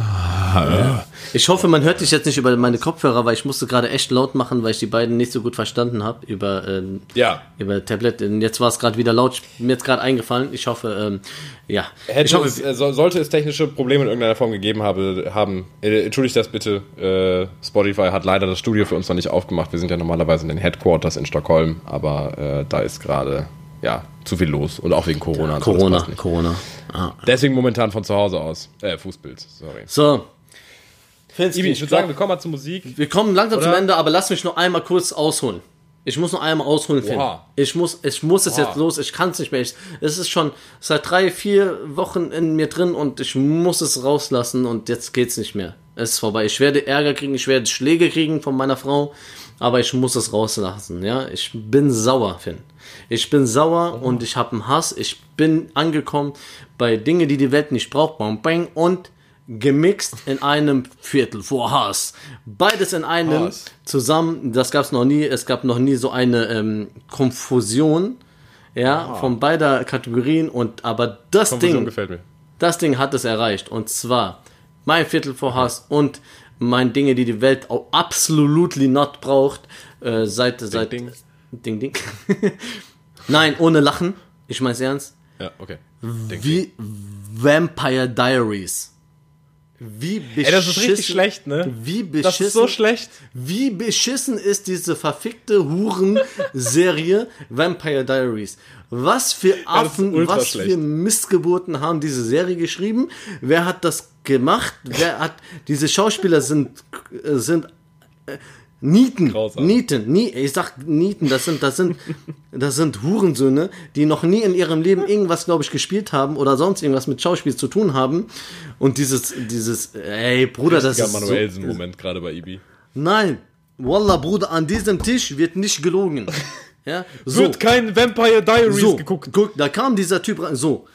Ich hoffe, man hört dich jetzt nicht über meine Kopfhörer, weil ich musste gerade echt laut machen, weil ich die beiden nicht so gut verstanden habe über, ähm, Ja. über Tablet. Und jetzt war es gerade wieder laut, mir jetzt gerade eingefallen. Ich hoffe, ähm, ja. Hätte ich hoffe, es, äh, so- sollte es technische Probleme in irgendeiner Form gegeben habe, haben, äh, entschuldigt das bitte, äh, Spotify hat leider das Studio für uns noch nicht aufgemacht. Wir sind ja normalerweise in den Headquarters in Stockholm, aber äh, da ist gerade, ja, zu viel los und auch wegen Corona. und so, das Corona, passt nicht. Corona. Ah. Deswegen momentan von zu Hause aus. Äh, Fußbild, sorry. So. Finski, Ibi, ich würde sagen, wir kommen mal zur Musik. wir kommen langsam Oder? zum Ende, aber lass mich noch einmal kurz ausholen. Ich muss noch einmal ausholen, Finn. Oha. Ich muss, ich muss es Oha. jetzt los, ich kann es nicht mehr. Ich, es ist schon seit drei, vier Wochen in mir drin und ich muss es rauslassen und jetzt geht's nicht mehr. Es ist vorbei. Ich werde Ärger kriegen, ich werde Schläge kriegen von meiner Frau, aber ich muss es rauslassen, ja. Ich bin sauer, Finn. Ich bin sauer und ich habe einen Hass. Ich bin angekommen bei Dingen, die die Welt nicht braucht. Bang, bang, und gemixt in einem Viertel vor Hass. Beides in einem Hass. zusammen. Das gab es noch nie. Es gab noch nie so eine ähm, Konfusion, ja, von beider Kategorien. Und aber das Konfusion Ding, gefällt mir. das Ding hat es erreicht. Und zwar mein Viertel vor Hass und mein Dinge, die die Welt auch absolutely not braucht. Äh, seit seit Ding. Ding Ding. Nein, ohne Lachen. Ich mein's ernst. Ja, okay. Denk. Wie Vampire Diaries. Wie beschissen. Ey, das ist richtig schlecht, ne? Wie beschissen. Das ist so schlecht. Wie beschissen ist diese verfickte Huren-Serie Vampire Diaries? Was für das ist Affen, ultra was schlecht. für Missgeburten haben diese Serie geschrieben? Wer hat das gemacht? Wer hat, diese Schauspieler sind, äh, sind, äh, Nieten, Grausam. Nieten, nie, ich sag Nieten, das sind, das sind, das sind Hurensöhne, die noch nie in ihrem Leben irgendwas, glaube ich, gespielt haben oder sonst irgendwas mit Schauspiel zu tun haben. Und dieses, dieses, ey, Bruder, das Richtiger ist so, Manuelsen-Moment gerade bei Ibi. nein, Wallah, Bruder, an diesem Tisch wird nicht gelogen. Ja, so, Wird kein Vampire Diaries so, geguckt. guck, da kam dieser Typ rein, so.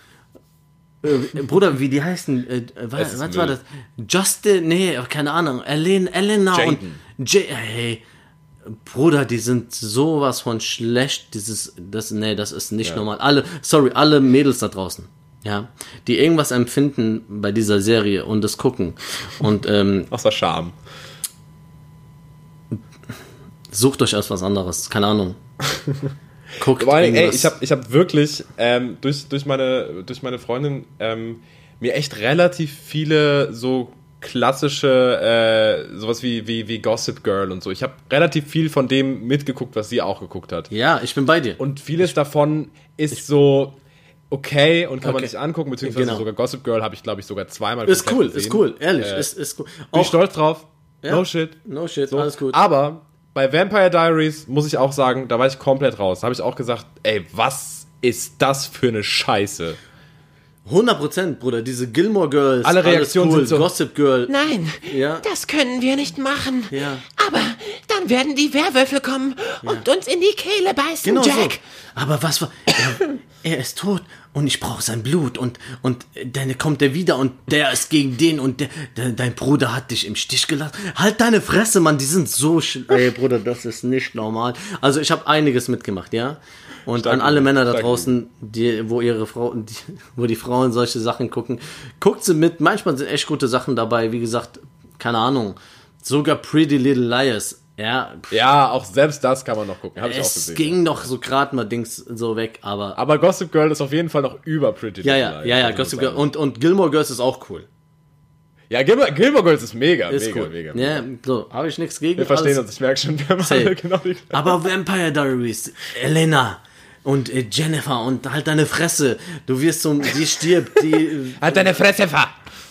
Äh, Bruder, wie die heißen, äh, was, Es ist was war Müll. das? Justin, nee, keine Ahnung, Elen, Elena und Jaden. J hey, Bruder, die sind sowas von schlecht, dieses, das, nee, das ist nicht Ja. normal. Alle, sorry, alle Mädels da draußen, ja, die irgendwas empfinden bei dieser Serie und das gucken und, ähm, Außer Scham. sucht euch erst was anderes, keine Ahnung. Guckt Vor allem, ey, irgendwas. ich habe ich hab wirklich ähm, durch, durch, meine, durch meine Freundin ähm, mir echt relativ viele so klassische, äh, sowas wie, wie, wie Gossip Girl und so. Ich habe relativ viel von dem mitgeguckt, was sie auch geguckt hat. Ja, ich bin bei dir. Und vieles davon ist so okay und kann man Okay. sich angucken, beziehungsweise Genau. sogar Gossip Girl habe ich, glaube ich, sogar zweimal Ist komplett cool, gesehen. ist cool, ehrlich, Äh, ist, ist cool. Bin ich stolz drauf. Ja. No shit. No shit, So. alles gut. Aber bei Vampire Diaries muss ich auch sagen, da war ich komplett raus. Da habe ich auch gesagt, ey, was ist das für eine Scheiße? hundert Prozent, Bruder. Diese Gilmore Girls. Alle Reaktionen alles cool. sind so- Gossip Girl. Nein, Ja. das können wir nicht machen. Ja. Aber dann werden die Werwölfe kommen und uns in die Kehle beißen, Genau Jack. so. Aber was war... Er, er ist tot und ich brauche sein Blut und, und dann kommt er wieder und der ist gegen den und der, der, dein Bruder hat dich im Stich gelassen. Halt deine Fresse, Mann, die sind so... Sch- Ey, Bruder, das ist nicht normal. Also ich habe einiges mitgemacht, ja? Und Stark an alle gut, Männer da stark draußen, die, wo ihre Frau, die, wo die Frauen solche Sachen gucken, guckt sie mit. Manchmal sind echt gute Sachen dabei. Wie gesagt, keine Ahnung. Sogar Pretty Little Liars. Ja, Ja, auch selbst das kann man noch gucken. Habe ich auch es gesehen. ging doch so gerade mal Dings so weg, aber. Aber Gossip Girl ist auf jeden Fall noch über Pretty ja, Little ja, Liars, ja, ja, muss man Gossip Girl. sagen. Und, und Gilmore Girls ist auch cool. Ja, Gilmore, Gilmore Girls ist mega, Ist mega, cool. mega. Ja, so, habe ich nichts gegen. Wir verstehen alles- uns, ich merke schon, wir haben Safe. alle genau die Aber Vampire Diaries, Elena und äh, Jennifer und halt deine Fresse. Du wirst so, die stirbt, die. Halt deine Fresse, fahr!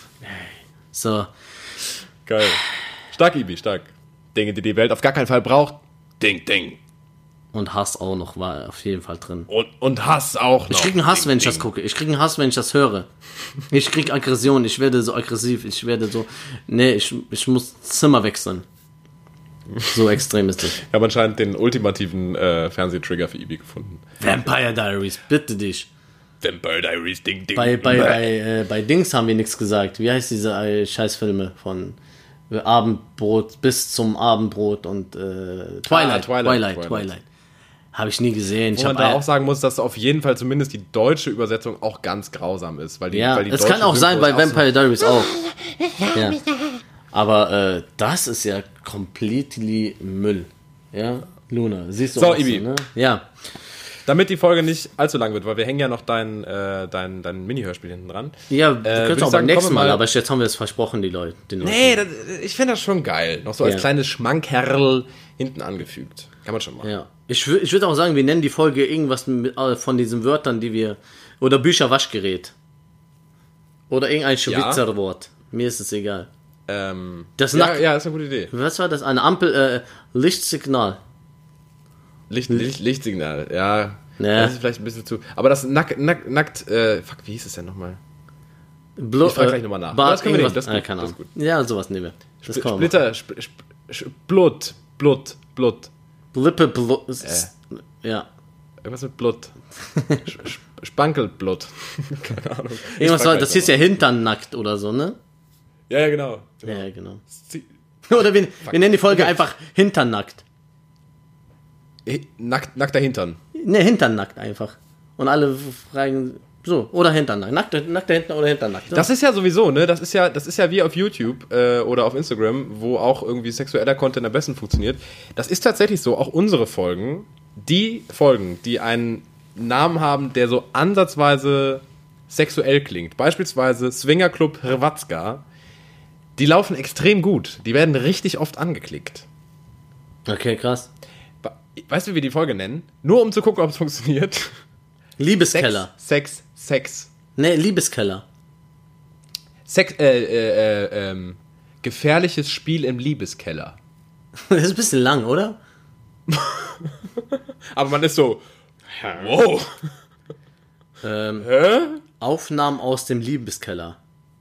So. Geil. Stark, Ibi, stark. Dinge, die die Welt auf gar keinen Fall braucht. Ding, ding. Und Hass auch noch war auf jeden Fall drin. Und, und Hass auch noch. Ich krieg einen Hass, Ding, wenn ich das ding. gucke. Ich krieg einen Hass, wenn ich das höre. Ich krieg Aggression. Ich werde so aggressiv. Ich werde so. Nee, ich, ich muss Zimmer wechseln. So extrem ist das. Ich habe anscheinend den ultimativen äh, Fernsehtrigger für Ibi gefunden. Vampire Diaries, bitte dich. Vampire Diaries, ding, ding. Bei, bei, Bäh. bei, äh, bei Dings haben wir nichts gesagt. Wie heißt diese äh, Scheißfilme von äh, Abendbrot bis zum Abendbrot und äh, Twilight, Ah, Twilight, Twilight, Twilight. Twilight. Habe ich nie gesehen. Ich Wo man hab, da äh, auch sagen muss, dass auf jeden Fall zumindest die deutsche Übersetzung auch ganz grausam ist. Weil die, ja, weil die es deutsche kann auch sein bei Synchro ist auch Vampire Diaries auch. Ja. Aber äh, das ist ja completely Müll. Ja, Luna, siehst du So, auch Ibi. ne? Ja. So, damit die Folge nicht allzu lang wird, weil wir hängen ja noch dein, äh, dein, dein Mini-Hörspiel hinten dran. Ja, du würd könntest ich auch sagen, beim nächsten kommen wir Mal, mal- aber jetzt haben wir es versprochen, die Leute. Den Nee, Leuten. das, ich finde das schon geil. Noch so als Ja. kleines Schmankerl hinten angefügt. Kann man schon machen. Ja. Ich, wür- ich würde auch sagen, wir nennen die Folge irgendwas mit, äh, von diesen Wörtern, die wir. Oder Bücherwaschgerät. Oder irgendein Schweizer Wort. Mir ist es egal. Ähm, Das ja, Nack- ja, ist eine gute Idee. Was war das? Eine Ampel, äh, Lichtsignal. Licht, Licht, Lichtsignal, ja. Ja. Das ist vielleicht ein bisschen zu. Aber das nackt, nackt, nackt äh, fuck, wie hieß es denn nochmal? Blo Ich frag gleich nochmal nach. Bart, Das können wir irgendwas- nicht, das ist äh, gut, keine das Ahnung. ist Ja, sowas nehmen wir. Das Sp- kann man machen. Splitter, Sp Sp Sp Blut, Blut, Blut. Blippe, Blo Äh. Ja. Irgendwas mit Blut. Sch- Sch- Spankelblut. Keine Ahnung. Ich Irgendwas frag war, gleich das hieß ja Hintern nackt oder so, ne? noch. Ja, ja, genau. Ja, genau. Sie- Oder wir, wir nennen die Folge einfach Hinternackt. Eh, Nackt, nackter Hintern. Ne, Hinternnackt einfach. Und alle fragen so, oder Hinternnackt. Nackt, nackter Hintern oder Hinternnackt. So. Das ist ja sowieso, ne? Das ist ja, das ist ja wie auf YouTube äh, oder auf Instagram, wo auch irgendwie sexueller Content am besten funktioniert. Das ist tatsächlich so, auch unsere Folgen, die Folgen, die einen Namen haben, der so ansatzweise sexuell klingt, beispielsweise Swingerclub Hrvatska, die laufen extrem gut. Die werden richtig oft angeklickt. Okay, krass. Weißt du, wie wir die Folge nennen? Nur um zu gucken, ob es funktioniert. Sex, Liebeskeller. Sex, Sex. Ne, Liebeskeller. Sex, äh, äh, äh, ähm, gefährliches Spiel im Liebeskeller. Das ist ein bisschen lang, oder? Aber man ist so, wow. Ähm, Hä? Aufnahmen aus dem Liebeskeller.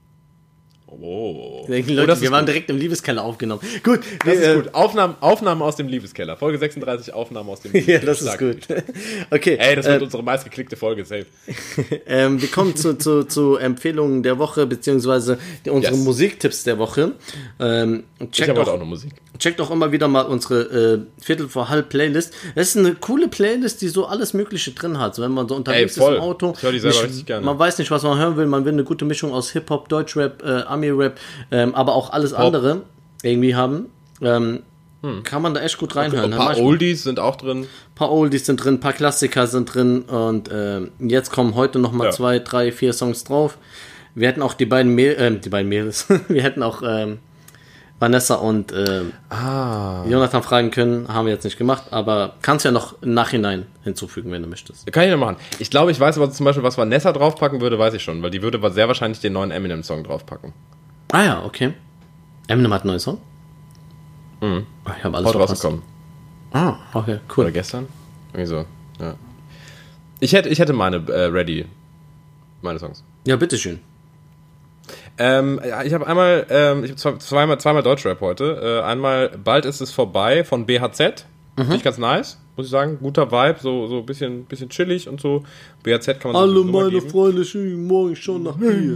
Oh. Denken die Oh, Leute, das wir ist waren gut. direkt im Liebeskeller aufgenommen. Gut, Das wir, ist gut. Aufnahmen, Aufnahmen aus dem Liebeskeller. Folge sechsunddreißig, Aufnahmen aus dem Ja, Liebeskeller. das ist gut. Okay, Ey, das wird äh, unsere meistgeklickte Folge, safe. ähm, wir kommen zu, zu, zu Empfehlungen der Woche, beziehungsweise die, unsere Yes. Musiktipps der Woche. Ähm, Ich checkt, habe heute auch, auch noch Musik. checkt auch immer wieder mal unsere äh, Viertel vor halb Playlist. Das ist eine coole Playlist, die so alles Mögliche drin hat. So, wenn man so unterwegs Ey, voll. ist im Auto. Ich höre die selber nicht, richtig gerne. Man weiß nicht, was man hören will. Man will eine gute Mischung aus Hip-Hop, Deutschrap, äh, Ami-Rap, ähm, aber auch alles andere irgendwie haben. Ähm, Kann man da echt gut reinhören. Ein paar Manchmal- Oldies sind auch drin. paar Oldies sind drin, ein paar Klassiker sind drin und ähm, jetzt kommen heute noch mal Ja. zwei, drei, vier Songs drauf. Wir hätten auch die beiden Mädels, ähm, die beiden Mädels, wir hätten auch ähm, Vanessa und ähm, Ah. Jonathan fragen können, haben wir jetzt nicht gemacht, aber kannst ja noch im Nachhinein hinzufügen, wenn du möchtest. Kann ich noch machen. Ich glaube, ich weiß aber zum Beispiel, was Vanessa draufpacken würde, weiß ich schon, weil die würde sehr wahrscheinlich den neuen Eminem-Song draufpacken. Ah ja, okay. Eminem hat einen neuen Song? Mhm. Ich habe alles Haut verpasst. rausgekommen. Ah, okay, cool. Oder gestern. Irgendwie so, ja. Ich hätte, ich hätte meine äh, ready. Meine Songs. Ja, bitteschön. Ähm, ja, ich habe einmal, ähm, ich habe zweimal, zweimal Deutschrap heute. Äh, einmal Bald ist es vorbei von B H Z. Mhm. Finde ich ganz nice, muss ich sagen. Guter Vibe, so, so ein bisschen, bisschen chillig und so. B H Z kann man Alle so meine geben. Freunde schicken morgen schon nach Bier.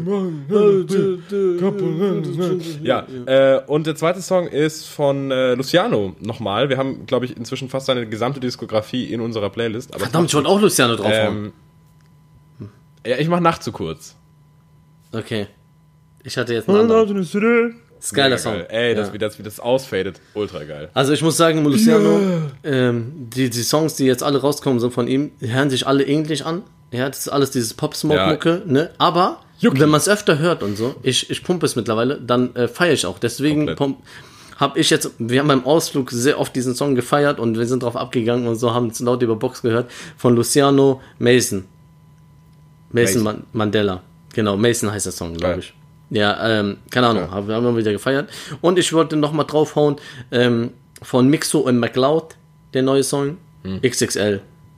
Ja, äh, und der zweite Song ist von äh, Luciano nochmal. Wir haben, glaube ich, inzwischen fast seine gesamte Diskografie in unserer Playlist. Aber Verdammt, ich wollte auch Luciano draufhauen. Ähm, ja, ich mach Nacht zu kurz. Okay. Ich hatte jetzt einen anderen. Das ist ein geiler Song. Geil. Ey, das, Ja. wie, das, wie das ausfadet, ultra geil. Also ich muss sagen, Luciano, ähm, die, die Songs, die jetzt alle rauskommen, sind von ihm, die hören sich alle ähnlich an. Ja, das ist alles dieses Pop-Smoke-Mucke, ja. Ne? Aber Yuki. wenn man es öfter hört und so, ich, ich pumpe es mittlerweile, dann äh, feiere ich auch. Deswegen habe ich jetzt, wir haben beim Ausflug sehr oft diesen Song gefeiert und wir sind drauf abgegangen und so, haben es laut über Box gehört, von Luciano Mason. Mason, Mason. Man- Mandela. Genau, Mason heißt der Song, glaube ich. Ja, ähm, keine Ahnung, ja. haben wir haben wieder gefeiert. Und ich wollte nochmal draufhauen, ähm, von Mixo und McLeod, der neue Song, hm. X X L,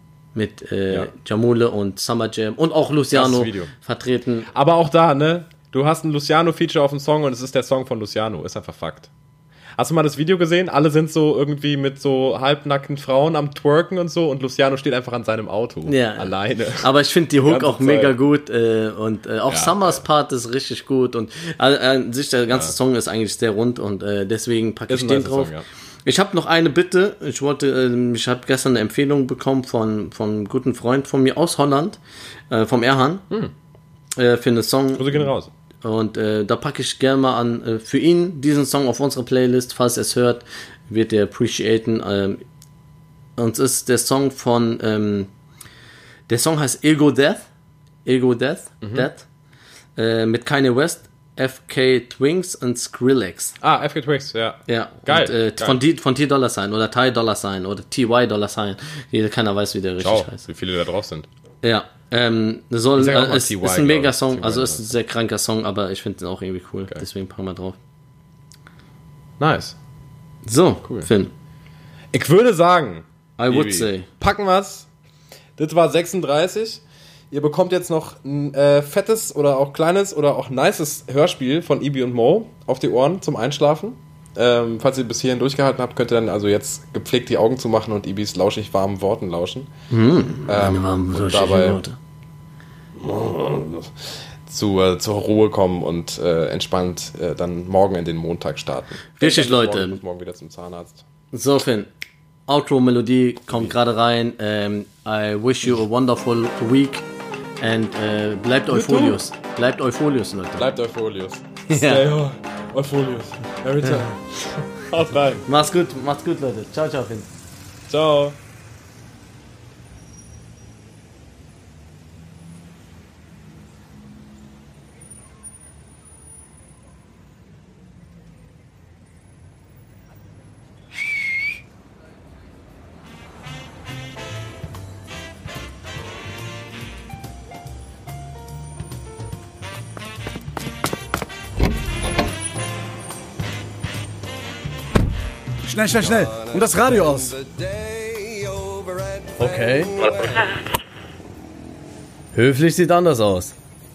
mit äh, ja. Jamule und Summer Jam und auch Luciano vertreten. Aber auch da, ne, du hast ein Luciano-Feature auf dem Song und es ist der Song von Luciano, ist einfach Fakt. Hast du mal das Video gesehen? Alle sind so irgendwie mit so halbnackten Frauen am Twerken und so und Luciano steht einfach an seinem Auto. Ja. Alleine. Aber ich finde die Hook auch Zeit. mega gut äh, und äh, auch ja, Summers ja. Part ist richtig gut und äh, an sich der ganze ja. Song ist eigentlich sehr rund und äh, deswegen packe ich den drauf. Song, ja. Ich habe noch eine Bitte. Ich wollte, äh, ich habe gestern eine Empfehlung bekommen von, von einem guten Freund von mir aus Holland, äh, vom Erhan, hm. äh, für einen Song. Grüße gehen raus. Und äh, da packe ich gerne mal an äh, für ihn diesen Song auf unsere Playlist. Falls er es hört, wird er appreciaten. Ähm, und es ist der Song von, ähm, der Song heißt Ego Death. Ego Death. Mhm. Death. Äh, mit Kanye West, F K Twinks und Skrillex. Ah, F K Twinks, ja. Ja. Geil. Und, äh, Geil. Von, T, von T Dollar Sign oder Ty Dollar Sign oder T Y Dollar Sign. Jeder, keiner weiß, wie der richtig Schau, heißt. wie viele da drauf sind. Ja. Ähm, soll, Ich sag auch äh, mal ist, T Y, ist ein mega glaub ich. Song, T Y, also ist ein ja. sehr kranker Song, aber ich finde den auch irgendwie cool. Geil. Deswegen packen wir drauf. Nice. So, Cool. Finn. Ich würde sagen, I would Ibi, say. packen wir's. Das war sechsunddreißig. Ihr bekommt jetzt noch ein äh, fettes oder auch kleines oder auch nices Hörspiel von Ibi und Mo auf die Ohren zum Einschlafen. Ähm, falls ihr bis hierhin durchgehalten habt, könnt ihr dann also jetzt gepflegt die Augen zumachen und Ibis lauschig warmen Worten lauschen. Mm, ähm, warmen, und dabei zu, äh, zur Ruhe kommen und äh, entspannt äh, dann morgen in den Montag starten. Richtig, Ich muss Leute. Morgen, ich muss morgen wieder zum Zahnarzt. So, Finn. Outro-Melodie kommt gerade rein. Ähm, I wish you a wonderful week. And äh, bleibt euphorious. Bleibt euphorious, Leute. Bleibt euphorious. Ja. Stay euphorious. Every time. Haut rein. Macht's gut, macht's gut, Leute. Ciao, ciao, Finn. Ciao. Schnell, schnell, schnell. Und das Radio aus. Okay. Höflich sieht anders aus.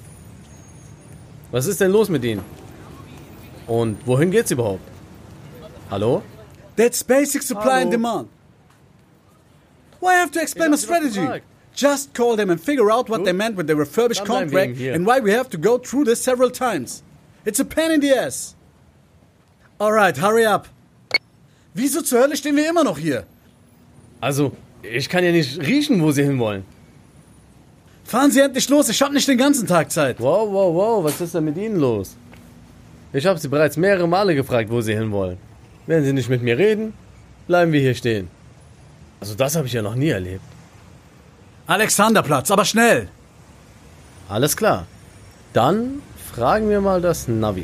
Was ist denn los mit Ihnen? Und wohin geht's überhaupt? Hallo? That's basic supply Hallo. and demand. Why have to explain a Ich hab Sie doch strategy? gefragt. Just call them and figure out what Gut. they meant with the refurbished Dann bleiben wir contract eben hier. and why we have to go through this several times. It's a pain in the ass. Alright, hurry up. Wieso zur Hölle stehen wir immer noch hier? Also, ich kann ja nicht riechen, wo Sie hinwollen. Fahren Sie endlich los, ich hab nicht den ganzen Tag Zeit. Wow, wow, wow, was ist denn mit Ihnen los? Ich habe Sie bereits mehrere Male gefragt, wo Sie hinwollen. Wenn Sie nicht mit mir reden, bleiben wir hier stehen. Also das habe ich ja noch nie erlebt. Alexanderplatz, aber schnell. Alles klar. Dann fragen wir mal das Navi.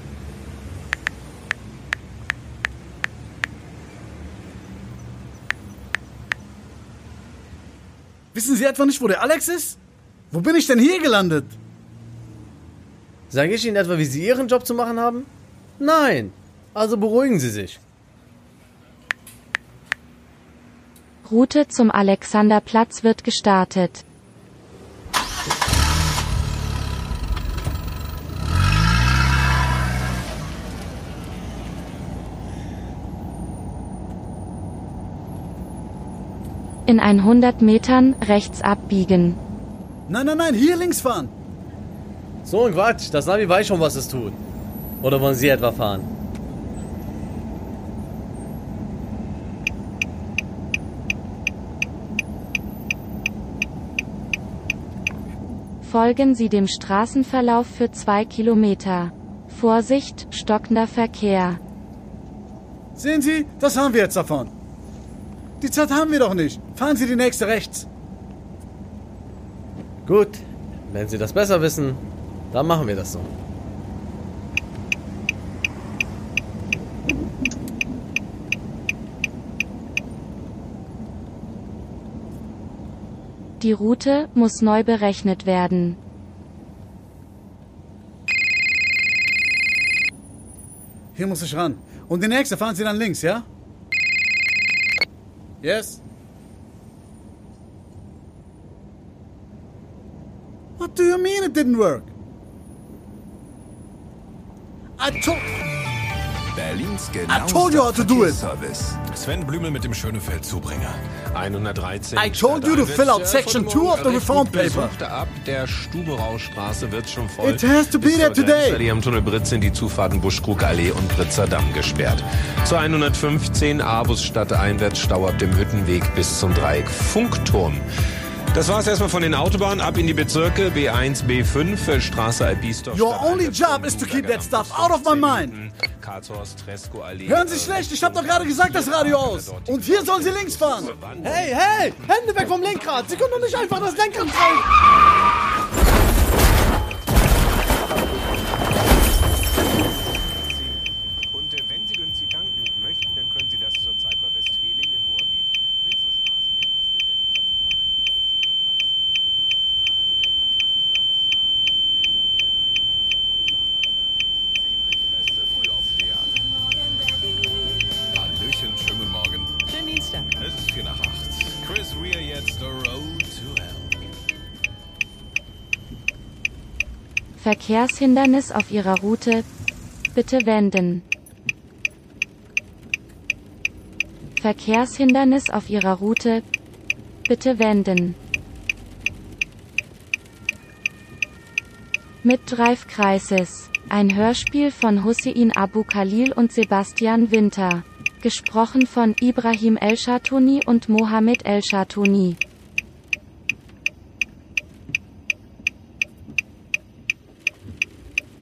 Wissen Sie etwa nicht, wo der Alex ist? Wo bin ich denn hier gelandet? Sage ich Ihnen etwa, wie Sie Ihren Job zu machen haben? Nein. Also beruhigen Sie sich. Route zum Alexanderplatz wird gestartet. In hundert Metern rechts abbiegen. Nein, nein, nein, hier links fahren. So ein Quatsch, das Navi weiß schon, was es tut. Oder wollen Sie etwa fahren? Folgen Sie dem Straßenverlauf für zwei Kilometer. Vorsicht, stockender Verkehr. Sehen Sie, das haben wir jetzt davon. Die Zeit haben wir doch nicht. Fahren Sie die nächste rechts. Gut, wenn Sie das besser wissen, dann machen wir das so. Die Route muss neu berechnet werden. Hier muss ich ran. Und die nächste fahren Sie dann links, ja? Yes? What do you mean it didn't work? I told... Berlins I told you how to do it. Sven Blümel mit dem Schönefeldt-Zubringer. hundertdreizehn. I told you to fill out section two of the reform paper. Ab der Stubenraustraße wird schon voll. It has to be there today. Am Tunnel Britz sind die Zufahrten Buschkrugallee und Britzer Damm gesperrt. Zur hundertfünfzehn Avus stadteinwärts Stau ab dem Hüttenweg bis zum Dreieck Funkturm. Das war's erstmal von den Autobahnen. Ab in die Bezirke B eins, B fünf, Straße Albiesdorf. Your only job is to keep that stuff out of my mind. Hören Sie schlecht, ich hab doch gerade gesagt, das Radio aus. Und hier sollen Sie links fahren. Hey, hey, Hände weg vom Lenkrad. Sie können doch nicht einfach das Lenkrad drehen. Und äh, wenn Sie günstig tanken möchten, dann können Sie das zurzeit bei Westfalen im Moabit. Hallöchen, schönen guten Morgen. Schönen Dienstag. Es ist vier nach acht. Chris Rea jetzt The Road to Hell. Verkehrshindernis auf Ihrer Route. Bitte wenden. Verkehrshindernis auf Ihrer Route. Bitte wenden. Midlife Crisis. Ein Hörspiel von Hussein Abu Khalil und Sebastian Winter. Gesprochen von Ibrahim El-Shatouni und Mohamed El-Shatouni.